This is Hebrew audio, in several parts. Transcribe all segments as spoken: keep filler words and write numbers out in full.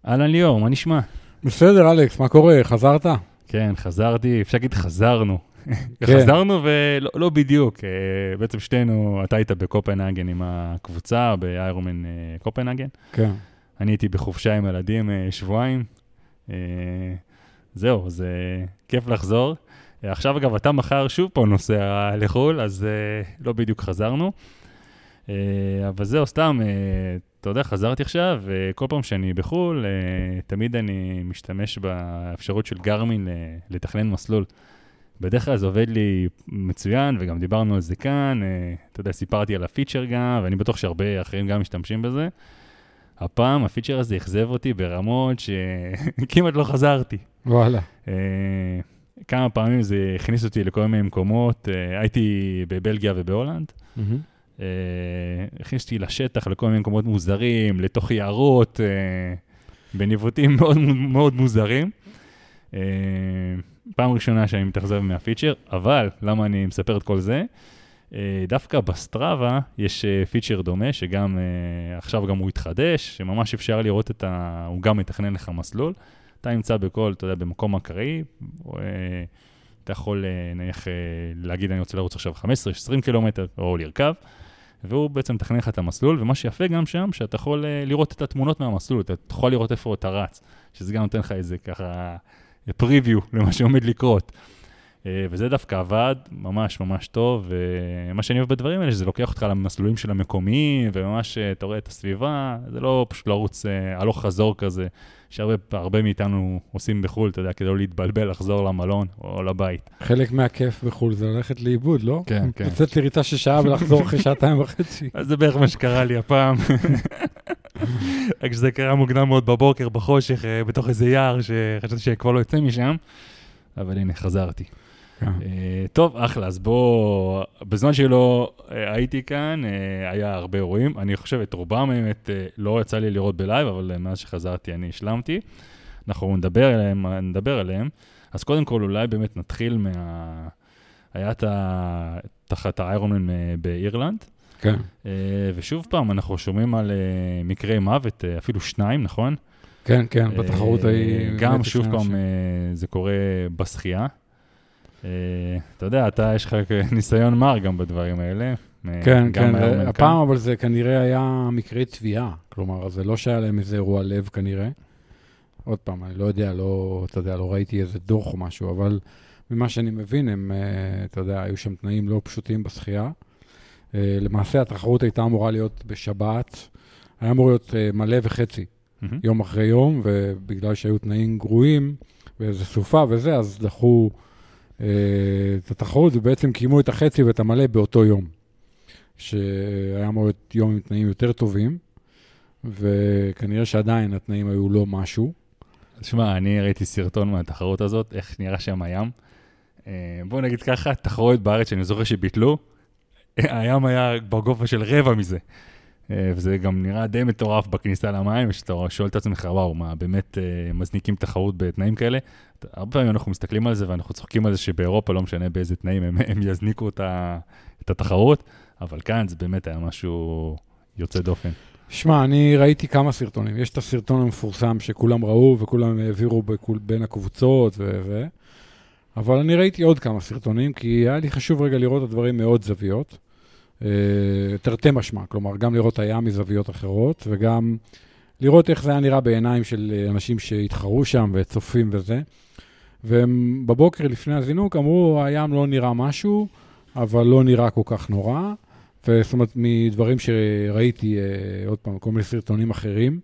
אהלן ליאור, מה נשמע? בסדר, אלכס, מה קורה? חזרת? כן, חזרתי, אפשר להגיד חזרנו. חזרנו ולא לא בדיוק, בעצם שתינו, אתה היית בקופנהגן עם הקבוצה, באיירומן קופנהגן. כן. אני הייתי בחופשה עם ילדים שבועיים. זהו, זה כיף לחזור. עכשיו אגב, אתה מחר שוב פה נוסע לחול, אז לא בדיוק חזרנו. אבל זהו, סתם, אתה יודע, חזרתי עכשיו, וכל פעם שאני בחול, תמיד אני משתמש באפשרות של גרמין לתכנן מסלול. בדרך כלל זה עובד לי מצוין, וגם דיברנו על זה כאן, אתה יודע, סיפרתי על הפיצ'ר גם, ואני בטוח שהרבה אחרים גם משתמשים בזה. הפעם הפיצ'ר הזה יחזב אותי ברמות שכמעט לא חזרתי. וואלה. כמה פעמים זה הכניס אותי לכל מיני מקומות, הייתי בבלגיה ובהולנד, הכניס אותי לשטח לכל מיני מקומות מוזרים, לתוך יערות, בניווטים מאוד מאוד מוזרים. פעם ראשונה שאני מתאכזב מהפיצ'ר, אבל למה אני מספר את כל זה? דווקא בסטראבה יש פיצ'ר דומה, שגם עכשיו גם הוא התחדש, שממש אפשר לראות את ה... הוא גם מתכנן לך מסלול. אתה נמצא בכל, אתה יודע, במקום אקראי, אתה יכול נניח להגיד, אני רוצה לרוץ עכשיו חמש עשרה עשרים קילומטר, או לרכב, והוא בעצם מתכנן לך את המסלול, ומה שיפה גם שם, שאתה יכול לראות את התמונות מהמסלול, אתה יכול לראות איפה אתה רץ, שזה גם נותן לך איזה ככה פריוויו למה שעומד לקרות. וזה דווקא עבד ממש ממש טוב, ומה שאני אוהב בדברים האלה, שזה לוקח אותך למסלולים של המקומיים, וממש אתה רואה את הסביבה, זה לא פשוט לרוץ הלוך חזור כזה, שהרבה מאיתנו עושים בחול, אתה יודע, כדי לא להתבלבל, לחזור למלון או לבית. חלק מהכיף בחול זה ללכת לאיבוד, לא? כן, כן. לצאת לריצה של שעה ולחזור אחרי שעתיים וחצי. אז זה בערך מה שקרה לי הפעם. רק שזה קרה מוקדם מאוד בבוקר, בחושך, בתוך איזה יער, שחשבתי שכבר לא יוצא משם, אבל הנה, חזרתי. טוב, אחלה, אז בוא, בזמן שלא הייתי כאן, היה הרבה אירועים, אני חושב את רובם האמת לא יצא לי לראות בלייב, אבל מאז שחזרתי אני השלמתי, אנחנו נדבר עליהם, נדבר עליהם, אז קודם כל אולי באמת נתחיל מה... היה את תחת האיירונמן באירלנד, כן. ושוב פעם אנחנו שומעים על מקרי מוות, אפילו שניים, נכון? כן, כן, בתחרות ההיא... גם שוב פעם זה קורה בשחייה. אתה יודע, אתה יש לך ניסיון מר גם בדברים האלה. כן, כן, הפעם אבל זה כנראה היה מקרי תביעה, כלומר, זה לא שהיה להם איזה אירוע לב כנראה. עוד פעם, אני לא יודע, לא, אתה יודע, לא ראיתי איזה דוח או משהו, אבל ממה שאני מבין, הם, אתה יודע, היו שם תנאים לא פשוטים בשחייה. למעשה, התחרות הייתה אמורה להיות בשבת, היה אמור להיות מלא וחצי, יום אחרי יום, ובגלל שהיו תנאים גרועים, ואיזה סופה וזה, אז דחו את התחרות, ובעצם קיימו את החצי ואת המלא באותו יום, שהיה אמור להיות יום עם תנאים יותר טובים, וכנראה שעדיין התנאים היו לא משהו. תשמע, אני ראיתי סרטון מהתחרות הזאת, איך נראה שם הים. בואו נגיד ככה, תחרות בארץ שאני זוכר שביטלו, הים היה בגובה של רבע מזה. וזה גם נראה די מטורף בכניסה למים, ושאתה שואל את עצמך, וואו, מה, באמת מזניקים תחרות בתנאים כאלה? הרבה פעמים אנחנו מסתכלים על זה, ואנחנו צוחקים על זה שבאירופה לא משנה באיזה תנאים הם, הם יזניקו את, ה, את התחרות, אבל כאן זה באמת היה משהו יוצא דופן. שמע, אני ראיתי כמה סרטונים. יש את הסרטון המפורסם שכולם ראו, וכולם העבירו בכול, בין הקבוצות ו... ו... אבל אני ראיתי עוד כמה סרטונים, כי היה לי חשוב רגע לראות את הדברים מאוד זוויות. תרתי משמע, כלומר, גם לראות הים מזוויות אחרות, וגם לראות איך זה היה נראה בעיניים של אנשים שהתחרו שם וצופים וזה. והם בבוקר לפני הזינוק אמרו, הים לא נראה משהו, אבל לא נראה כל כך נורא. וזאת אומרת, מדברים שראיתי, עוד פעם, כל מיני סרטונים אחרים.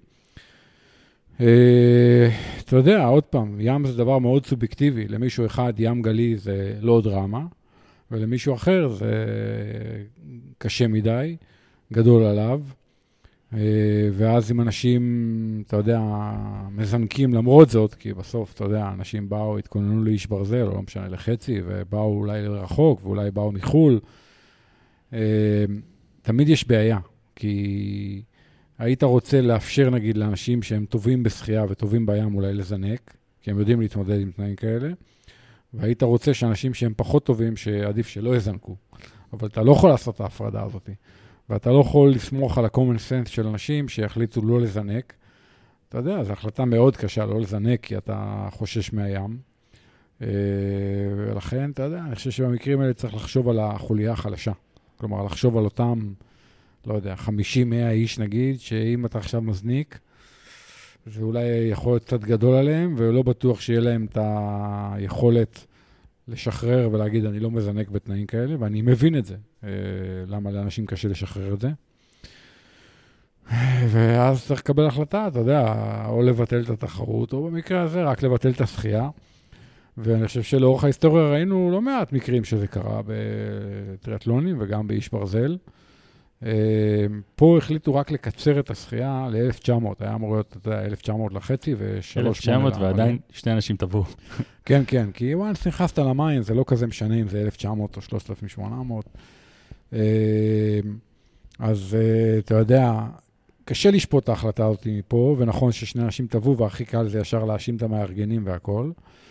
אתה יודע, עוד פעם, ים זה דבר מאוד סובייקטיבי. למישהו אחד, ים גלי זה לא דרמה. ולמישהו אחר זה קשה מדי, גדול עליו, ואז אם אנשים, אתה יודע, מזנקים למרות זאת, כי בסוף, אתה יודע, אנשים באו, התכוננו לאיש ברזל, או לא משנה לחצי, ובאו אולי לרחוק, ואולי באו מחול, תמיד יש בעיה, כי היית רוצה לאפשר, נגיד, לאנשים שהם טובים בשחייה וטובים בים אולי לזנק, כי הם יודעים להתמודד עם תנאים כאלה, והיית רוצה שאנשים שהם פחות טובים, שעדיף שלא יזנקו. אבל אתה לא יכול לעשות את ההפרדה הזאת. ואתה לא יכול לסמוך על ה-common sense של אנשים שיחליטו לא לזנק, אתה יודע, זו החלטה מאוד קשה לא לזנק, כי אתה חושש מהים. ולכן, אתה יודע, אני חושב שבמקרים האלה צריך לחשוב על החוליה החלשה. כלומר, לחשוב על אותם, לא יודע, חמישים מאה איש נגיד, שאם אתה עכשיו מזניק, זה אולי יכול להיות קצת גדול עליהם, ולא בטוח שיהיה להם את היכולת לשחרר ולהגיד, אני לא מזנק בתנאים כאלה, ואני מבין את זה. למה לאנשים קשה לשחרר את זה. ואז צריך לקבל החלטה, אתה יודע, או לבטל את התחרות, או במקרה הזה רק לבטל את השחייה. ואני חושב שלאורך ההיסטוריה ראינו לא מעט מקרים שזה קרה בטריאטלונים וגם באיש ברזל. פה החליטו רק לקצר את השחייה ל-אלף תשע מאות, היה אמור להיות, אתה יודע, אלף תשע מאות לחצי ו-שלוש מאות. אלף תשע מאות ועדיין שני אנשים טבעו. כן, כן, כי once נכנסת למים, זה לא כזה משנה אם זה אלף תשע מאות או שלושת אלפים ושמונה מאות. אז אתה יודע, קשה לשפוט את ההחלטה הזאת מפה, ונכון ששני אנשים טבעו, והכי קל זה ישר להאשים את המארגנים והכל.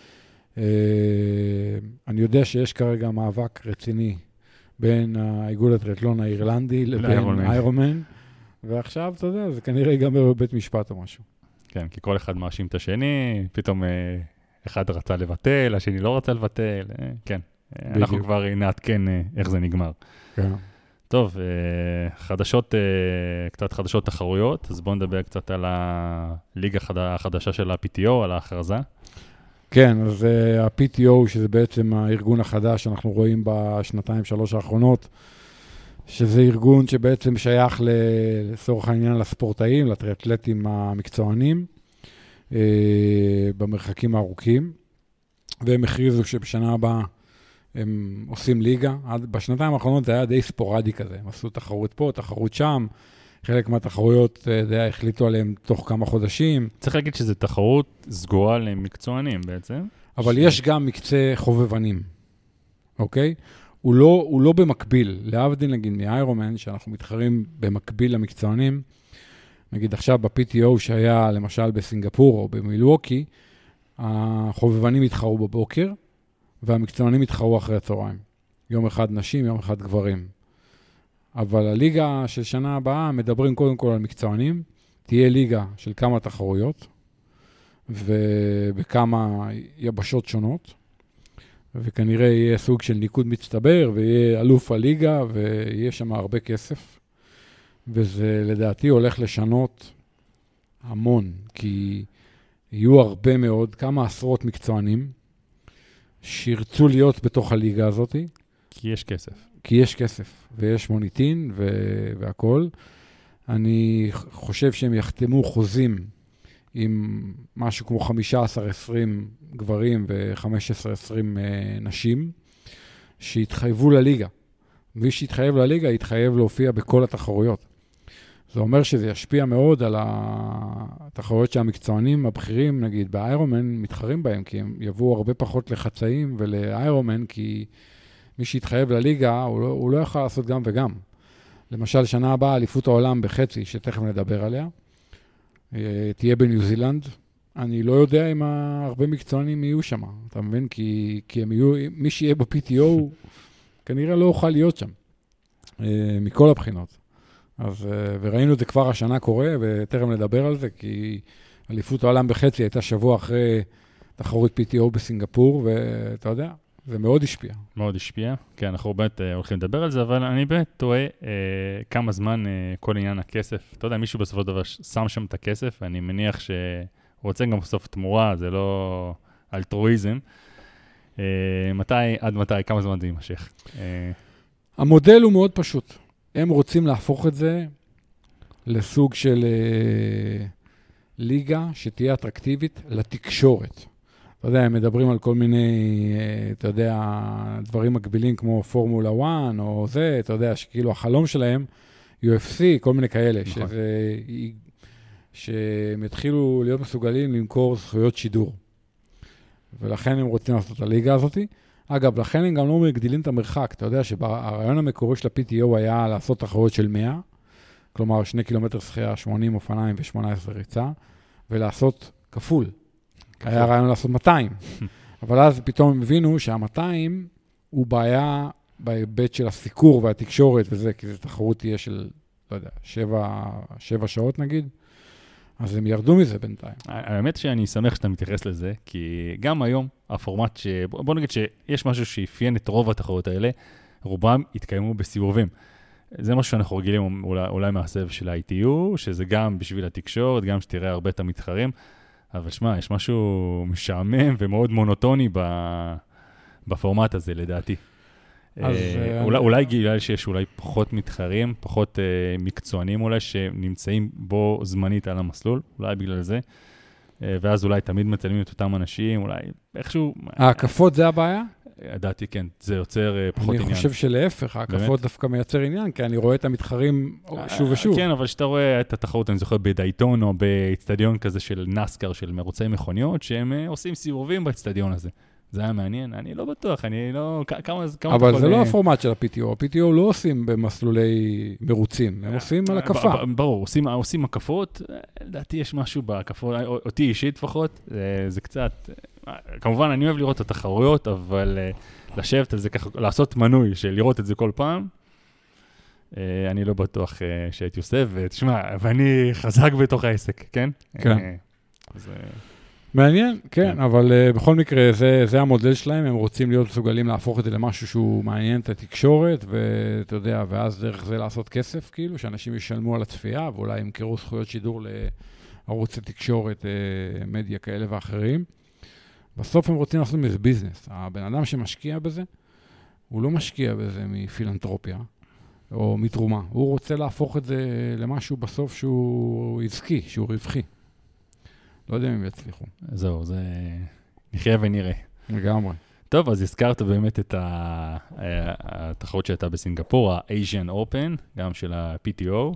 אני יודע שיש כרגע מאבק רציני בין האיגוד הטריאטלון האירלנדי לבין איירומן, ועכשיו, אתה יודע, זה כנראה ייגמר בבית משפט או משהו. כן, כי כל אחד מאשים את השני, פתאום אחד רצה לבטל, השני לא רצה לבטל, כן. אנחנו כבר נעדכן איך זה נגמר. כן. טוב, חדשות, קצת חדשות תחרויות, אז בואו נדבר קצת על הליגה החדשה של ה-פי טי או, על ההכרזה. כן, אז ה-פי טי או, שזה בעצם הארגון החדש שאנחנו רואים בשנתיים, שלוש האחרונות, שזה ארגון שבעצם שייך לצורך העניין לספורטאים, לטריאטלטים המקצוענים, במרחקים הארוכים, והם הכריזו שבשנה הבאה הם עושים ליגה. בשנתיים האחרונות זה היה די ספורדי כזה, הם עשו תחרות פה, תחרות שם, חלק מהתחרויות, די, החליטו עליהם תוך כמה חודשים. צריך להגיד שזו תחרות סגורה למקצוענים בעצם. אבל ש... יש גם מקצה חובבנים, אוקיי? הוא לא, הוא לא במקביל, להבדיל נגיד מאיירומן, שאנחנו מתחרים במקביל למקצוענים, נגיד עכשיו ב-פי טי או שהיה למשל בסינגפור או במילווקי, החובבנים התחרו בבוקר, והמקצוענים התחרו אחרי הצהריים. יום אחד נשים, יום אחד גברים. אבל הליגה של שנה הבאה מדברים קודם כל על מקצוענים, תהיה ליגה של כמה תחרויות, ובכמה יבשות שונות, וכנראה יהיה סוג של ניקוד מצטבר, ויהיה אלוף הליגה, ויהיה שם הרבה כסף, וזה לדעתי הולך לשנות המון, כי יהיו הרבה מאוד, כמה עשרות מקצוענים, שירצו להיות בתוך הליגה הזאת. כי יש כסף. כי יש כסף, ויש מוניטין והכל. אני חושב שהם יחתמו חוזים עם משהו כמו חמישה עשר עשרים גברים ו-חמש עשרה עשרים נשים, שהתחייבו לליגה. מי שהתחייב לליגה, יתחייב להופיע בכל התחרויות. זה אומר שזה ישפיע מאוד על התחרויות שהמקצוענים הבכירים, נגיד באיירומן, מתחרים בהם, כי הם יבואו הרבה פחות לחצאים ולאיירומן, כי מי שהתחייב לליגה, הוא לא, הוא לא יכול לעשות גם וגם. למשל, שנה הבאה, אליפות העולם בחצי, שתכף נדבר עליה, תהיה בניו זילנד. אני לא יודע אם הרבה מקצוענים יהיו שם, אתה מבין? כי, כי הם יהיו, מי שיהיה ב-פי טי או, כנראה לא יוכל להיות שם, מכל הבחינות. אז, וראינו את זה כבר השנה קורה, ותכף נדבר על זה, כי אליפות העולם בחצי הייתה שבוע אחרי תחרות פי טי או בסינגפור, ואתה יודע, זה מאוד השפיע. מאוד השפיע, כן, אנחנו באמת אה, הולכים לדבר על זה, אבל אני באמת טועה אה, כמה זמן אה, כל עניין הכסף. אתה יודע, מישהו בסופו של דבר שם שם את הכסף, ואני מניח שהוא רוצה גם בסוף תמורה, זה לא אלטרואיזם. אה, מתי, עד מתי, כמה זמן זה יימשך? אה... המודל הוא מאוד פשוט. הם רוצים להפוך את זה לסוג של אה, ליגה שתהיה אטרקטיבית לתקשורת. אתה יודע, הם מדברים על כל מיני, אתה יודע, דברים מקבילים כמו פורמולה אחת או זה, אתה יודע, שכאילו החלום שלהם, יו אף סי, כל מיני כאלה, נכון. שזה, שהם יתחילו להיות מסוגלים למכור זכויות שידור. ולכן הם רוצים לעשות את הליגה הזאת. אגב, לכן הם גם לא מגדילים את המרחק. אתה יודע שהרעיון המקורי של ה-פי טי או היה לעשות תחרויות של מאה, כלומר שני קילומטר שחייה, שמונים אופניים ו-שמונה עשרה ריצה, ולעשות כפול. היה רעיון לעשות מאתיים. אבל אז פתאום הם הבינו שה-מאתיים הוא בעיה בהיבט של הסיקור והתקשורת וזה, כי זו תחרות תהיה של, לא יודע, שבע, שבע שעות נגיד. אז הם ירדו מזה בינתיים. האמת שאני שמח שאתה מתייחס לזה, כי גם היום הפורמט ש... בוא נגיד שיש משהו שאפיין את רוב התחרות האלה, רובם התקיימו בסיבובים. זה משהו שאנחנו רגילים אולי, אולי מהסבב של ה-איי טי יו, שזה גם בשביל התקשורת, גם שתראה הרבה את המתחרים, אבל שמה, יש משהו משעמם ומאוד מונוטוני ב... בפורמט הזה, לדעתי. אז, אה, אולי, אני... אולי גילה שיש אולי פחות מתחרים, פחות אה, מקצוענים אולי, שנמצאים בו זמנית על המסלול, אולי בגלל זה, אה, ואז אולי תמיד מצלמים את אותם אנשים, אולי איכשהו... ההקפות זה הבעיה? ידעתי, כן, זה יוצר אה, פחות עניין. אני חושב שלהפך, ההקפות דווקא מייצר עניין, כי אני רואה את המתחרים שוב ושוב. כן, אבל שאתה רואה את התחרות, אני זוכר בדייטון או באצטדיון כזה של נסקר, של מרוצי מכוניות, שהם אה, עושים סיבובים באצטדיון הזה. זה היה מעניין, אני לא בטוח, אני לא... כמה, כמה אבל זה לא הפורמט של ה-פי טי או, ה-פי טי או לא עושים במסלולי מרוצים, הם עושים על הקפה. ברור, עושים, עושים הקפות, לדעתי יש משהו בהקפות, אותי אישית לפחות, זה קצת... כמובן, אני אוהב לראות את התחרויות, אבל לשבת על זה ככה, לעשות מנוי של לראות את זה כל פעם, אני לא בטוח שהייתי עושה, ותשמע, ואני חזק בתוך העסק, כן? כן. אז... מעניין, כן, אבל uh, בכל מקרה, זה, זה המודל שלהם, הם רוצים להיות מסוגלים להפוך את זה למשהו שהוא מעניין את התקשורת, ואתה יודע, ואז דרך זה לעשות כסף, כאילו, שאנשים ישלמו על הצפייה, ואולי ימכרו זכויות שידור לערוץ התקשורת, uh, מדיה כאלה ואחרים. בסוף הם רוצים לעשות מזה ביזנס. הבן אדם שמשקיע בזה, הוא לא משקיע בזה מפילנטרופיה, או מתרומה. הוא רוצה להפוך את זה למשהו בסוף שהוא עסקי, שהוא רווחי. לא יודע אם הם יצליחו. זהו, זה נחיה ונראה. לגמרי. טוב, אז הזכרת באמת את התחרות שהייתה בסינגפור, ה-Asian Open, גם של ה-פי טי או.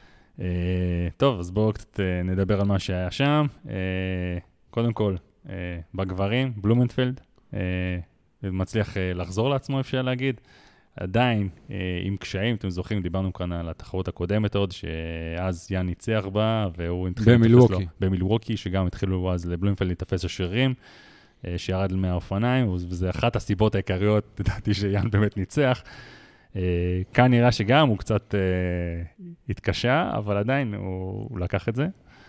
טוב, אז בואו קצת נדבר על מה שהיה שם. קודם כל, בגברים, בלומנפלד, מצליח לחזור לעצמו, אפשר להגיד. עדיין, עם קשיים, אתם זוכרים, דיברנו כאן על התחרות הקודמת עוד, שאז יאן ניצח בה, והוא התחיל לתפס לו, במילווקי, שגם התחילו אז לבלומנפלד להתפס השרירים, שירד מהאופניים, וזה אחת הסיבות העיקריות, לדעתי שיאן באמת ניצח. כאן נראה שגם הוא קצת התקשה, אבל עדיין הוא לקח את זה.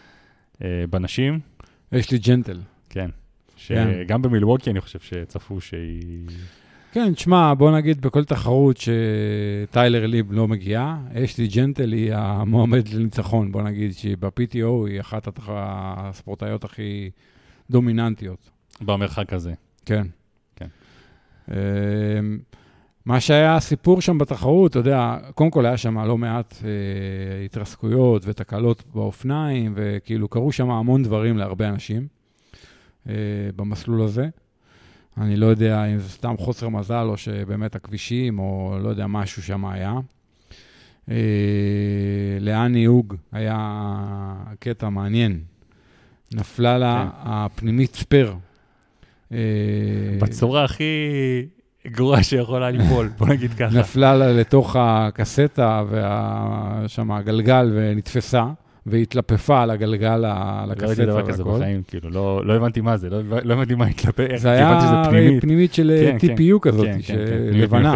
בנשים. יש לי ג'נטל. כן. שגם במילווקי אני חושב שצפו שהיא... כן, תשמע, בוא נגיד בכל תחרות שטיילר ליב לא מגיעה, יש לי ג'נטל היא המועמד לניצחון, בוא נגיד שב-פי טי או היא אחת הספורטאיות הכי דומיננטיות. במרחק הזה. כן. כן. מה שהיה הסיפור שם בתחרות, אתה יודע, קודם כל היה שם לא מעט אה, התרסקויות ותקלות באופניים, וכאילו קרו שם המון דברים להרבה אנשים אה, במסלול הזה. אני לא יודע אם זה סתם חוסר מזל, או שבאמת הכבישים, או לא יודע, משהו שם היה. אה, לאני הוג היה קטע מעניין. נפלה לה כן. הפנימית ספר. אה, בצורה הכי גרועה שיכולה ליפול, בוא נגיד ככה. נפלה לה לתוך הקסטה, ושם הגלגל ונתפסה. והתלפפה על הגלגל, על הקסטה. לא הייתי דבר כזה בחיים, כאילו, לא הבנתי מה זה, לא הבנתי מה התלפפה. זה היה פנימית של טי פי יו כזאת, לבנה.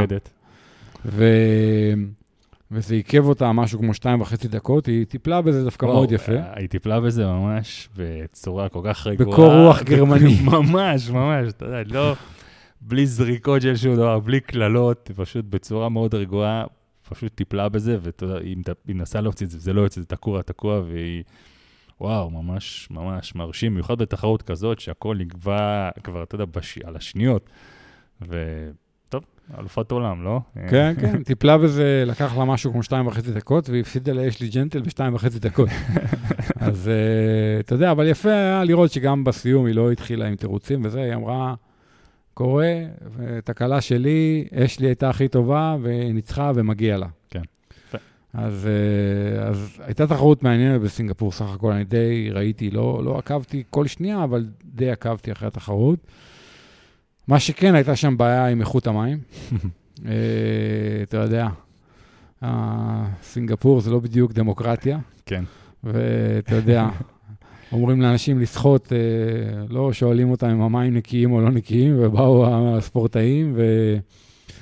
וזה עיכב אותה משהו כמו שתיים וחצי דקות, היא טיפלה בזה דווקא מאוד יפה. היא טיפלה בזה ממש בצורה כל כך רגועה. בקור רוח גרמני. ממש, ממש, אתה יודע, לא, בלי זריקות של שום דבר, בלי כללות, פשוט בצורה מאוד רגועה. פשוט טיפלה בזה, ואם היא נסעה להוציא את זה, זה לא יוצא, זה תקוע, תקוע, והיא, וואו, ממש, ממש מרשים, מיוחד בתחרות כזאת, שהכל נקבע כבר, אתה יודע, בש... על השניות, וטוב, אלופת עולם, לא? כן, כן, טיפלה בזה, לקח לה משהו כמו שתיים וחצי דקות, והפסידה לה, יש לי ג'נטל בשתיים וחצי דקות. אז אתה יודע, אבל יפה היה לראות שגם בסיום היא לא התחילה עם תירוצים, וזה, היא אמרה, קורה, ותקלה שלי, יש לי הייתה הכי טובה, וניצחה ומגיע לה. כן. אז, אז הייתה תחרות מעניינת בסינגפור, סך הכל אני די ראיתי, לא, לא עקבתי כל שנייה, אבל די עקבתי אחרי התחרות. מה שכן, הייתה שם בעיה עם איכות המים. אתה יודע, סינגפור זה לא בדיוק דמוקרטיה. כן. ואתה יודע, אומרים לאנשים לשחות, לא שואלים אותם אם המים נקיים או לא נקיים, ובאו הספורטאים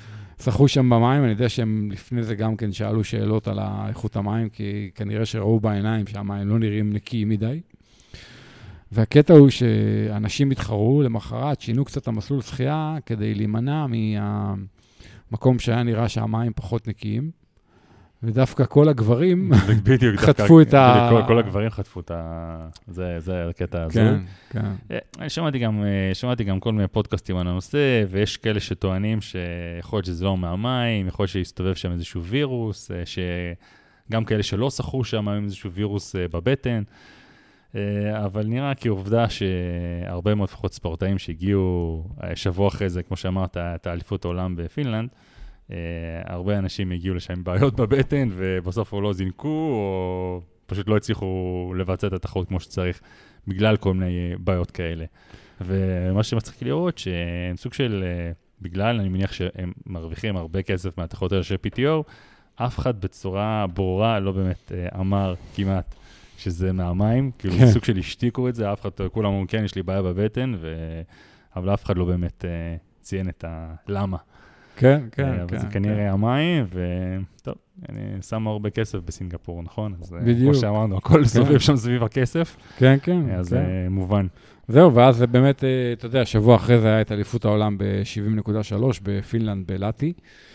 שחו שם במים, אני יודע שהם לפני זה גם כן שאלו שאלות על איכות המים, כי כנראה שראו בעיניים שהמים לא נראים נקיים מדי. והקטע הוא שאנשים התחרו למחרת, שינו קצת המסלול שחייה, כדי להימנע מהמקום שהיה נראה שהמים פחות נקיים. ודווקא כל הגברים חטפו את ה... כל הגברים חטפו את ה... זה הקטע הזה. כן, כן. אני שמעתי גם, שמעתי גם כל מיני פודקאסטים על הנושא, ויש כאלה שטוענים שיכול להיות שזה לא מהמים, יכול להיות שיסתובב שם איזשהו וירוס, שגם כאלה שלא שחו שם עם איזשהו וירוס בבטן, אבל נראה כעובדה שהרבה מאוד לפחות ספורטאים שהגיעו שבוע אחרי זה, כמו שאמרת, את האליפות העולם בפינלנד, Uh, הרבה אנשים הגיעו לשם עם בעיות בבטן, ובסוף או לא זינקו, או פשוט לא הצליחו לבצע את התחרות כמו שצריך, בגלל כל מיני בעיות כאלה. ומה שמצחיק לראות, שהם סוג של, uh, בגלל, אני מניח שהם מרוויחים הרבה כסף מהתחרות האלה של פי טי או, אף אחד בצורה ברורה לא באמת uh, אמר כמעט שזה מהמים, כאילו זה סוג של השתיקו את זה, אף אחד, כולם אמרו, כן, יש לי בעיה בבטן, ו... אבל אף אחד לא באמת uh, ציין את הלמה. כן, כן, כן. אבל זה כנראה המים, וטוב, אני שם הרבה כסף בסינגפור, נכון? בדיוק. כמו שאמרנו, הכל סובב שם סביב הכסף. כן, כן. אז זה מובן. זהו, ואז זה באמת, אתה יודע, שבוע אחרי זה היה את אליפות העולם ב-שבעים נקודה שלוש בפינלנד בלאטי.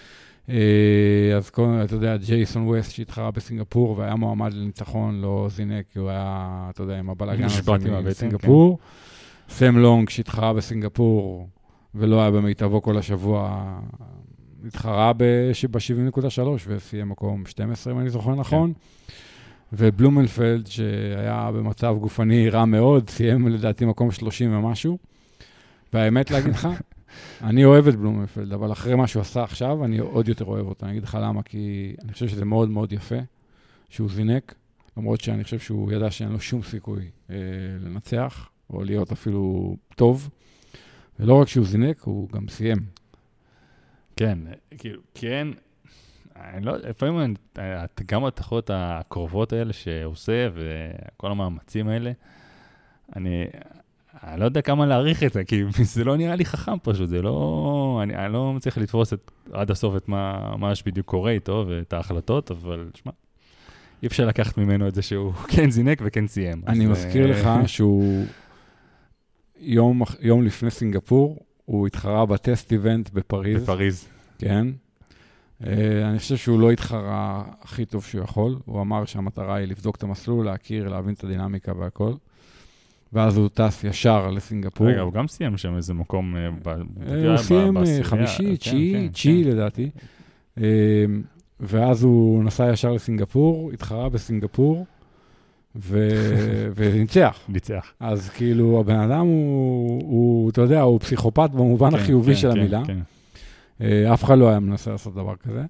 אז אתה יודע, ג'ייסון ווסט שהתחרה בסינגפור, והיה מועמד לניצחון, לא זינק, כי הוא היה, אתה יודע, עם הבלגן הזה בסינגפור. סם לונג שהתחרה בסינגפור, ולא היה במיטבו כל השבוע, התחרה ב-שבעים נקודה שלוש, וסיים מקום שתים עשרה, אם אני זוכר נכון. ובלומנפלד, שהיה במצב גופני רע מאוד, סיים לדעתי מקום שלושים ומשהו. והאמת להגיד לך, אני אוהב את בלומנפלד, אבל אחרי מה שהוא עשה עכשיו, אני עוד יותר אוהב אותו. אני אגיד לך למה, כי אני חושב שזה מאוד מאוד יפה, שהוא זינק, למרות שאני חושב שהוא ידע שאין לו שום סיכוי אה, לנצח, או להיות אפילו טוב. ולא רק שהוא זינק, הוא גם סיים. כן, כאילו, כן, אני לא, לפעמים גם התחרות הקרובות האלה שהוא עושה, וכל המאמצים האלה, אני, אני לא יודע כמה להעריך את זה, כי זה לא נראה לי חכם פשוט, זה לא, אני, אני לא מצליח לתפוס את, עד הסוף את מה, מה שבדיוק קורה איתו, ואת ההחלטות, אבל שמה, אי אפשר לקחת ממנו את זה שהוא כן זינק וכן סיים. אני מזכיר לך שהוא... יום, יום לפני סינגפור, הוא התחרה בטסט איבנט בפריז. בפריז. כן. Uh, אני חושב שהוא לא התחרה הכי טוב שהוא יכול. הוא אמר שהמטרה היא לבדוק את המסלול, להכיר, להבין את הדינמיקה והכל. ואז הוא טס ישר לסינגפור. רגע, הוא גם סיים שם איזה מקום... הוא סיים חמישי, תשיעי, תשיעי לדעתי. ואז הוא נסע ישר לסינגפור, התחרה בסינגפור, וניצח. ניצח. אז כאילו, הבן אדם הוא, אתה יודע, הוא פסיכופת במובן החיובי של המילה. אף אחד לא היה מנסה לעשות דבר כזה.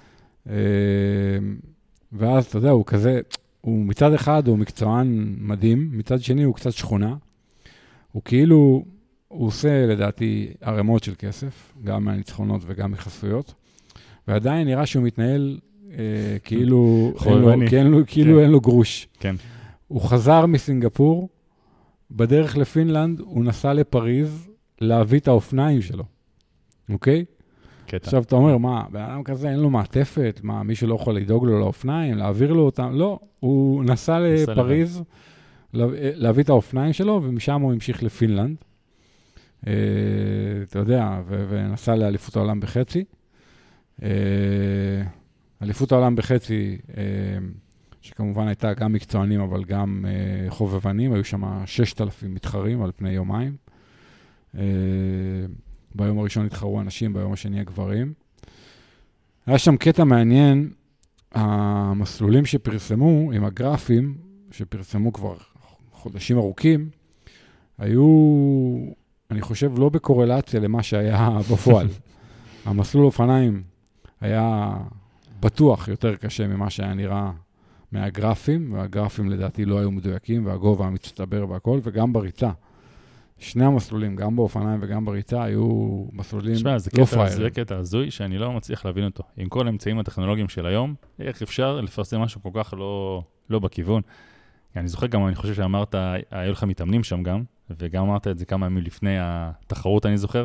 ואז, אתה יודע, הוא כזה, הוא מצד אחד הוא מקצוען מדהים, מצד שני הוא קצת שכונה. הוא כאילו, הוא עושה לדעתי ערימות של כסף, גם מהניצחונות וגם מחסויות, ועדיין נראה שהוא מתנהל אה, כאילו, אין לו, אין לו, כאילו כן. אין לו גרוש. כן. הוא חזר מסינגפור, בדרך לפינלנד הוא נסע לפריז להביא את האופניים שלו. אוקיי? קטע. עכשיו אתה אומר, מה, בן אדם כזה אין לו מעטפת, מה, מישהו לא יכול לדאוג לו לאופניים, להעביר לו אותם? לא, הוא נסע לפריז לה, להביא את האופניים שלו, ומשם הוא המשיך לפינלנד. אה, אתה יודע, ו- ונסע לאליפות העולם בחצי. אה, אליפות העולם בחצי, אה, שכמובן הייתה גם מקצוענים, אבל גם אה, חובבנים, היו שם ששת אלפים מתחרים על פני יומיים. אה, ביום הראשון התחרו אנשים, ביום השני הגברים. היה שם קטע מעניין, המסלולים שפרסמו עם הגרפים, שפרסמו כבר חודשים ארוכים, היו, אני חושב, לא בקורלציה למה שהיה בפועל. המסלול אופניים היה בטוח יותר קשה ממה שהיה נראה מהגרפים, והגרפים לדעתי לא היו מדויקים, והגובה המצטבר והכל, וגם בריצה. שני המסלולים, גם באופניים וגם בריצה, היו מסלולים לא פריירים. זה קטע הזוי שאני לא מצליח להבין אותו. עם כל האמצעים הטכנולוגיים של היום, איך אפשר לפרסם משהו כל כך לא, לא בכיוון? אני זוכר גם, אני חושב שאמרת, היו לך מתאמנים שם גם, וגם אמרת את זה כמה ימים לפני התחרות, אני זוכר,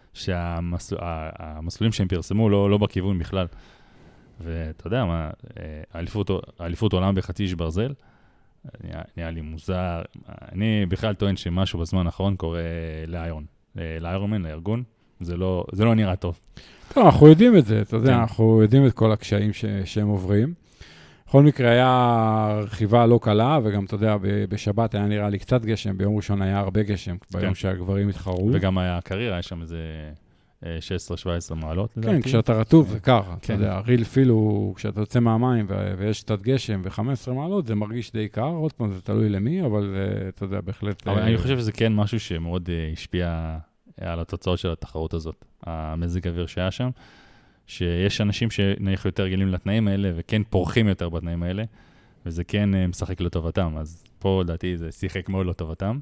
שהמסלולים שהם פרסמו לא, לא בכיוון בכלל. ואתה יודע מה, האליפות עולם בחצי איש ברזל, נראה לי מוזר. אני בכלל טוען שמשהו בזמן האחרון קורה לאיירון, לאיירונמן, לארגון. זה לא, זה לא נראה טוב. טוב, אנחנו יודעים את זה, אתה יודע, אנחנו יודעים את כל הקשיים ש, שהם עוברים. בכל מקרה היה רכיבה לא קלה, וגם, אתה יודע, בשבת היה נראה לי קצת גשם, ביום ראשון היה הרבה גשם, ביום שהגברים התחרו. וגם היה קריירה, היה שם איזה שש עשרה שבע עשרה מעלות, לדעתי. כן, כשאתה רטוב זה קר, אתה יודע, ריל פילו, כשאתה יוצא מהמים ויש קצת גשם ו-חמש עשרה מעלות, זה מרגיש די קר, עוד פעם, זה תלוי למי, אבל אתה יודע, בהחלט... אבל אני חושב שזה כן משהו שמאוד השפיע על התוצאות של התחרות הזאת, המזג האוויר שהיה שם, שיש אנשים שנניח יותר רגילים לתנאים האלה, וכן פורחים יותר בתנאים האלה, וזה כן משחק לטובתם, אז פה לדעתי זה שיחק מאוד לטובתם.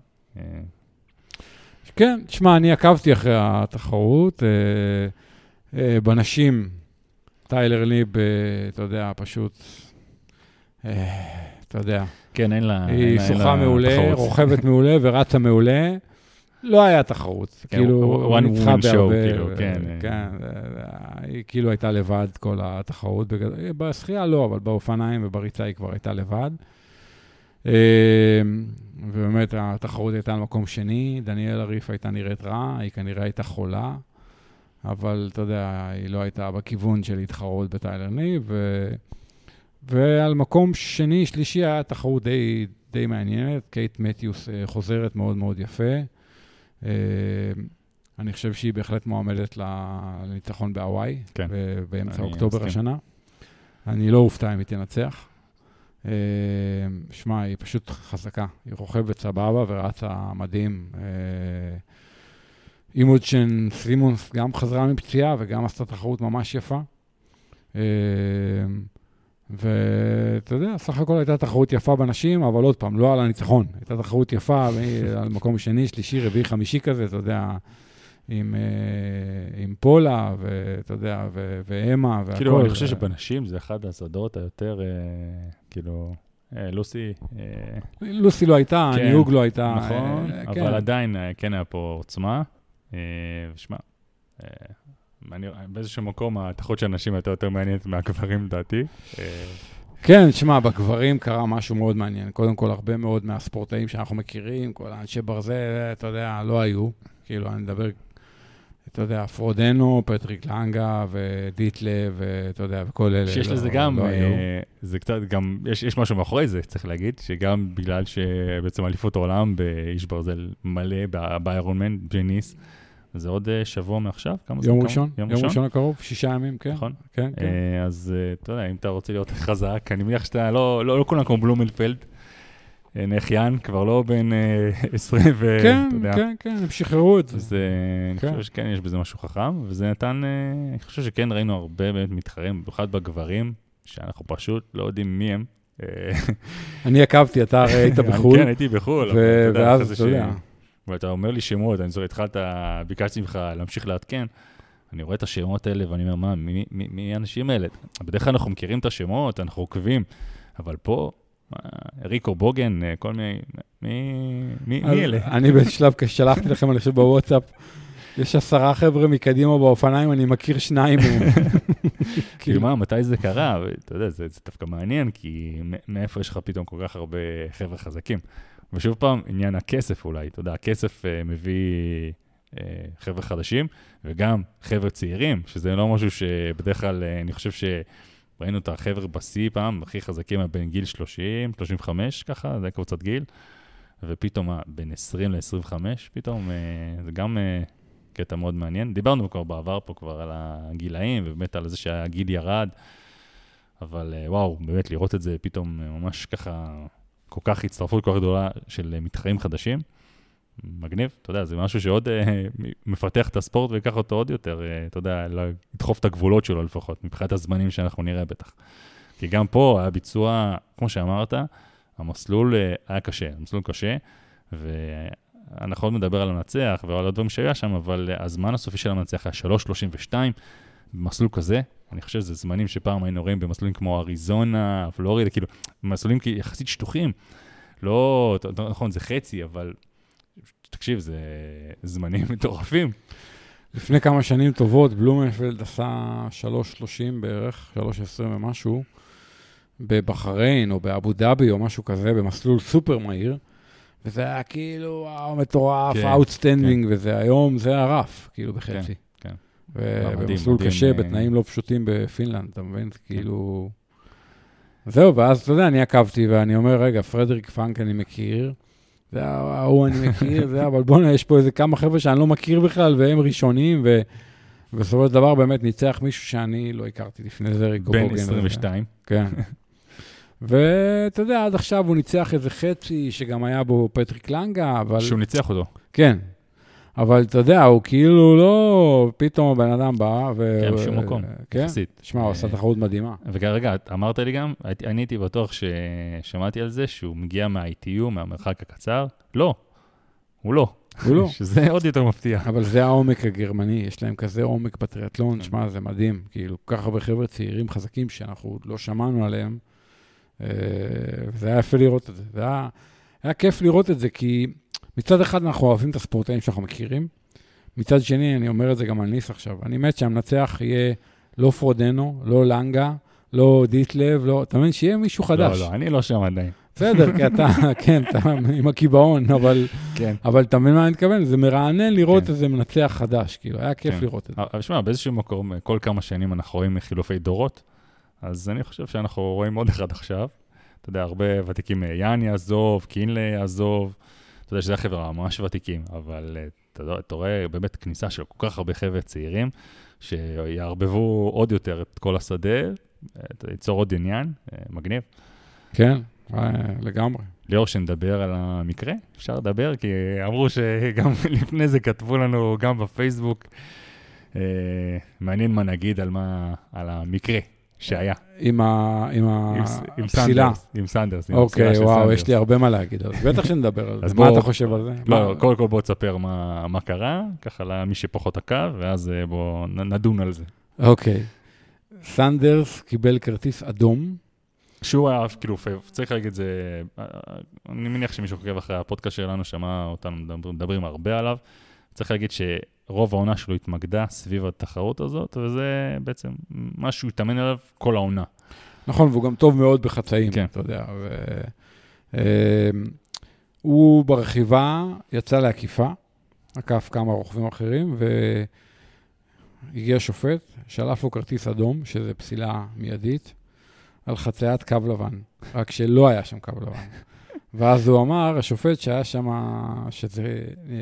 כן, תשמע, אני עקבתי אחרי התחרות, אה, אה, בנשים, טיילר ליב, אתה יודע, פשוט, אה, אתה יודע, כן, אין לה, היא שוחה מעולה, רוכבת מעולה ורצה מעולה, לא היה תחרות, כאילו, הוא ניצחה בהרבה, כן, היא כאילו הייתה לבד כל התחרות, בשחייה לא, אבל באופניים ובריצה היא כבר הייתה לבד, ובאמת התחרות הייתה על מקום שני, דניאל אריף הייתה נראית רע, היא כנראה הייתה חולה, אבל אתה יודע, היא לא הייתה בכיוון של להתחרות בטיילר ניב, ו... ועל מקום שני, שלישי היה תחרות די, די מעניינת, קייט מתיוס חוזרת מאוד מאוד יפה, אני חושב שהיא בהחלט מועמדת לניצחון בהוואי, כן. באמצע אוקטובר השנה. אני לא אופתע אם היא תנצח. שמע, היא פשוט חזקה. היא רוכבת סבבה ורצה מדהים. אימוג'ן סימונס גם חזרה מפציעה וגם עשתה תחרות ממש יפה. ואתה יודע, סך הכל הייתה תחרות יפה בנשים, אבל עוד פעם, לא על הניצחון. הייתה תחרות יפה על מקום שני, שלישי, רביעי, חמישי כזה, אתה יודע, עם, עם פולה, ואתה יודע, ואמה, והכל. כאילו, אני חושב שבנשים זה אחד השדות היותר, כאילו, לוסי... לוסי לא הייתה, ניוג לא הייתה. נכון, אבל עדיין כן היה פה עוצמה, ושמע, באיזשהו מקום, התחרות של הנשים הייתה יותר מעניינת מהגברים, לדעתי. כן, תשמע, בגברים קרה משהו מאוד מעניין. קודם כל, הרבה מאוד מהספורטאים שאנחנו מכירים, כל האנשי ברזל, אתה יודע, לא היו. כאילו, אני מדבר, אתה יודע, פרודנו, פטריק לנגה ודיטלה, ואתה יודע, וכל אלה. שיש לזה גם, זה קצת גם, יש משהו מאחורי זה, צריך להגיד, שגם בגלל שבעצם אליפות העולם באיש ברזל מלא, באיירונמן, בניס, זה עוד שבוע מעכשיו? יום ראשון, יום ראשון הקרוב, שישה ימים, כן. נכון. כן, כן. אז אתה יודע, אם אתה רוצה להיות חזק, אני מניח שאתה לא כולם כמו בלומנפלד, נחיין, כבר לא בין עשרים ו... כן, כן, כן, הם שחררו את זה. אז אני חושב שכן, יש בזה משהו חכם, וזה נתן, אני חושב שכן ראינו הרבה באמת מתחרים, במיוחד בגברים, שאנחנו פשוט לא יודעים מי הם. אני עקבתי, אתה היית בחול. כן, הייתי בחול. ואז אתה יודע. ואתה אומר לי שמות, אני זוכר, התחלת, ביקשתי ממך להמשיך לעדכן, אני רואה את השמות האלה ואני אומר, מה, מי, מי, מי האנשים האלה? בדרך כלל אנחנו מכירים את השמות, אנחנו עוקבים, אבל פה, ריקו בוגן, כל מיני, מי, מי, מי אלה? אני בשלב, כששלחתי לכם, אני חושב בוואטסאפ, יש עשרה חבר'ה מקדימה באופניים, אני מכיר שניים מהם. כאילו מה, מתי זה קרה? ואתה יודע, זה, זה דווקא מעניין, כי מאיפה יש לך פתאום כל כך הרבה חבר'ה חזקים? ושוב פעם, עניין הכסף אולי, אתה יודע, הכסף uh, מביא uh, חבר'ה חדשים, וגם חבר'ה צעירים, שזה לא משהו שבדרך כלל, uh, אני חושב שראינו את החבר'ה בסי פעם, הכי חזקים בין גיל שלושים, שלושים וחמש ככה, זה קבוצת גיל, ופתאום בין עשרים ל-עשרים וחמש, פתאום uh, זה גם uh, קטע מאוד מעניין. דיברנו כבר בעבר פה כבר על הגילאים, ובאמת על זה שהגיל ירד, אבל uh, וואו, באמת לראות את זה פתאום uh, ממש ככה... כל כך הצטרפות כל כך גדולה של מתחרים חדשים, מגניב, אתה יודע, זה משהו שעוד אה, מפתח את הספורט ויקח אותו עוד יותר, אה, אתה יודע, לדחוף את הגבולות שלו לפחות, מבחינת הזמנים שאנחנו נראה בטח. כי גם פה היה ביצוע, כמו שאמרת, המסלול אה, היה קשה, המסלול קשה, ואנחנו עוד מדבר על המנצח ועל עוד דברים שהיה שם, אבל הזמן הסופי של המנצח היה שלוש שלושים ושתיים, במסלול כזה, אני חושב שזה זמנים שפעם היינו רואים במסלולים כמו אריזונה, פלורידה, כאילו, מסלולים יחסית שטוחים. לא, נכון, זה חצי, אבל תקשיב, זה זמנים מטורפים. לפני כמה שנים טובות, בלומנפלד עשה שלוש שלושים בערך, שלוש עשרים ומשהו, בבחריין או באבו דאבי או משהו כזה, במסלול סופר מהיר, וזה היה כאילו, וואו, מטורף, אאוטסטנדינג, וזה היום, זה הרף, כאילו בחצי. כן, ובמסלול קשה, בתנאים לא פשוטים בפינלנד, אתה מבין? כאילו... זהו, ואז, אתה יודע, אני עקבתי, ואני אומר, רגע, פרדריק פאנק אני מכיר, זה ההוא אני מכיר, זה, אבל בוא'נה, יש פה איזה כמה חבר'ה שאני לא מכיר בכלל, והם ראשונים, ובסופו של דבר באמת ניצח מישהו שאני לא הכרתי לפני זה, ריקו בוגן. בן עשרים ושתיים. כן. ואתה יודע, עד עכשיו הוא ניצח איזה חצי, שגם היה בו פטריק לנגה, אבל... שהוא ניצח אותו. כן. אבל אתה יודע, הוא כאילו לא... פתאום הבן אדם בא ו... כן, בשום מקום. כן? שמע, הוא עשה תחרות מדהימה. ורגע, אמרת לי גם, אני הייתי בטוח ששמעתי על זה, שהוא מגיע מה-איי טי יו, מהמרחק הקצר. לא. הוא לא. הוא לא. שזה עוד יותר מפתיע. אבל זה העומק הגרמני, יש להם כזה עומק בטריאטלון, שמע, זה מדהים. כאילו, כל כך הרבה חבר'ה צעירים חזקים שאנחנו לא שמענו עליהם, וזה היה יפה לראות את זה. זה היה, היה כיף לראות את זה, כי מצד אחד אנחנו אוהבים את הספורטאים שאנחנו מכירים, מצד שני, אני אומר את זה גם על ניס עכשיו, אני מת שהמנצח יהיה לא פרודנו, לא לנגה, לא דיטלב, לא, אתה מבין, שיהיה מישהו חדש. לא, לא, אני לא שם עדיין. בסדר, כי אתה, כן, אתה עם הקיבעון, אבל, כן. אבל אתה מבין מה אני מתכוון, זה מרענן לראות כן. איזה מנצח חדש, כאילו, היה כיף כן. לראות את זה. אבל שמע, באיזשהו מקום, כל כמה שנים אנחנו רואים חילופי דורות, אז אני חושב שאנחנו רואים עוד אחד עכשיו. אתה יודע, הרבה ותיקים, יאן יעזוב, קינלי יעזוב, אתה יודע שזה החברה ממש ותיקים, אבל אתה, אתה רואה באמת כניסה של כל כך הרבה חבר'ה צעירים, שיערבבו עוד יותר את כל השדה, ייצור עוד עניין, מגניב. כן, לגמרי. ליאור, שנדבר על המקרה, אפשר לדבר, כי אמרו שגם לפני זה כתבו לנו גם בפייסבוק, מעניין מה נגיד על, מה, על המקרה. שהיה. עם הפסילה. עם סנדרס. אוקיי, וואו, יש לי הרבה מה להגיד. אז בטח שנדבר על זה. מה אתה חושב על זה? לא, קודם כל בוא תספר מה קרה, ככה למי שפחות עקב, ואז בוא נדון על זה. אוקיי. סנדרס קיבל כרטיס אדום. שהוא היה, כאילו, צריך להגיד זה, אני מניח שמישהו חושב אחרי הפודקאסט שלנו, שמע אותנו מדברים הרבה עליו, צריך להגיד שרוב העונה שלו התמקדה סביב התחרות הזאת, וזה בעצם משהו התאמן עליו כל העונה. נכון, והוא גם טוב מאוד בחצאים, כן. אתה יודע. ו... הוא ברכיבה יצא לעקיפה, עקף כמה רוכבים אחרים, והגיע שופט, שלף לו כרטיס אדום, שזה פסילה מיידית, על חציית קו לבן, רק שלא היה שם קו לבן. ואז הוא אמר, השופט שהיה שם, שזה...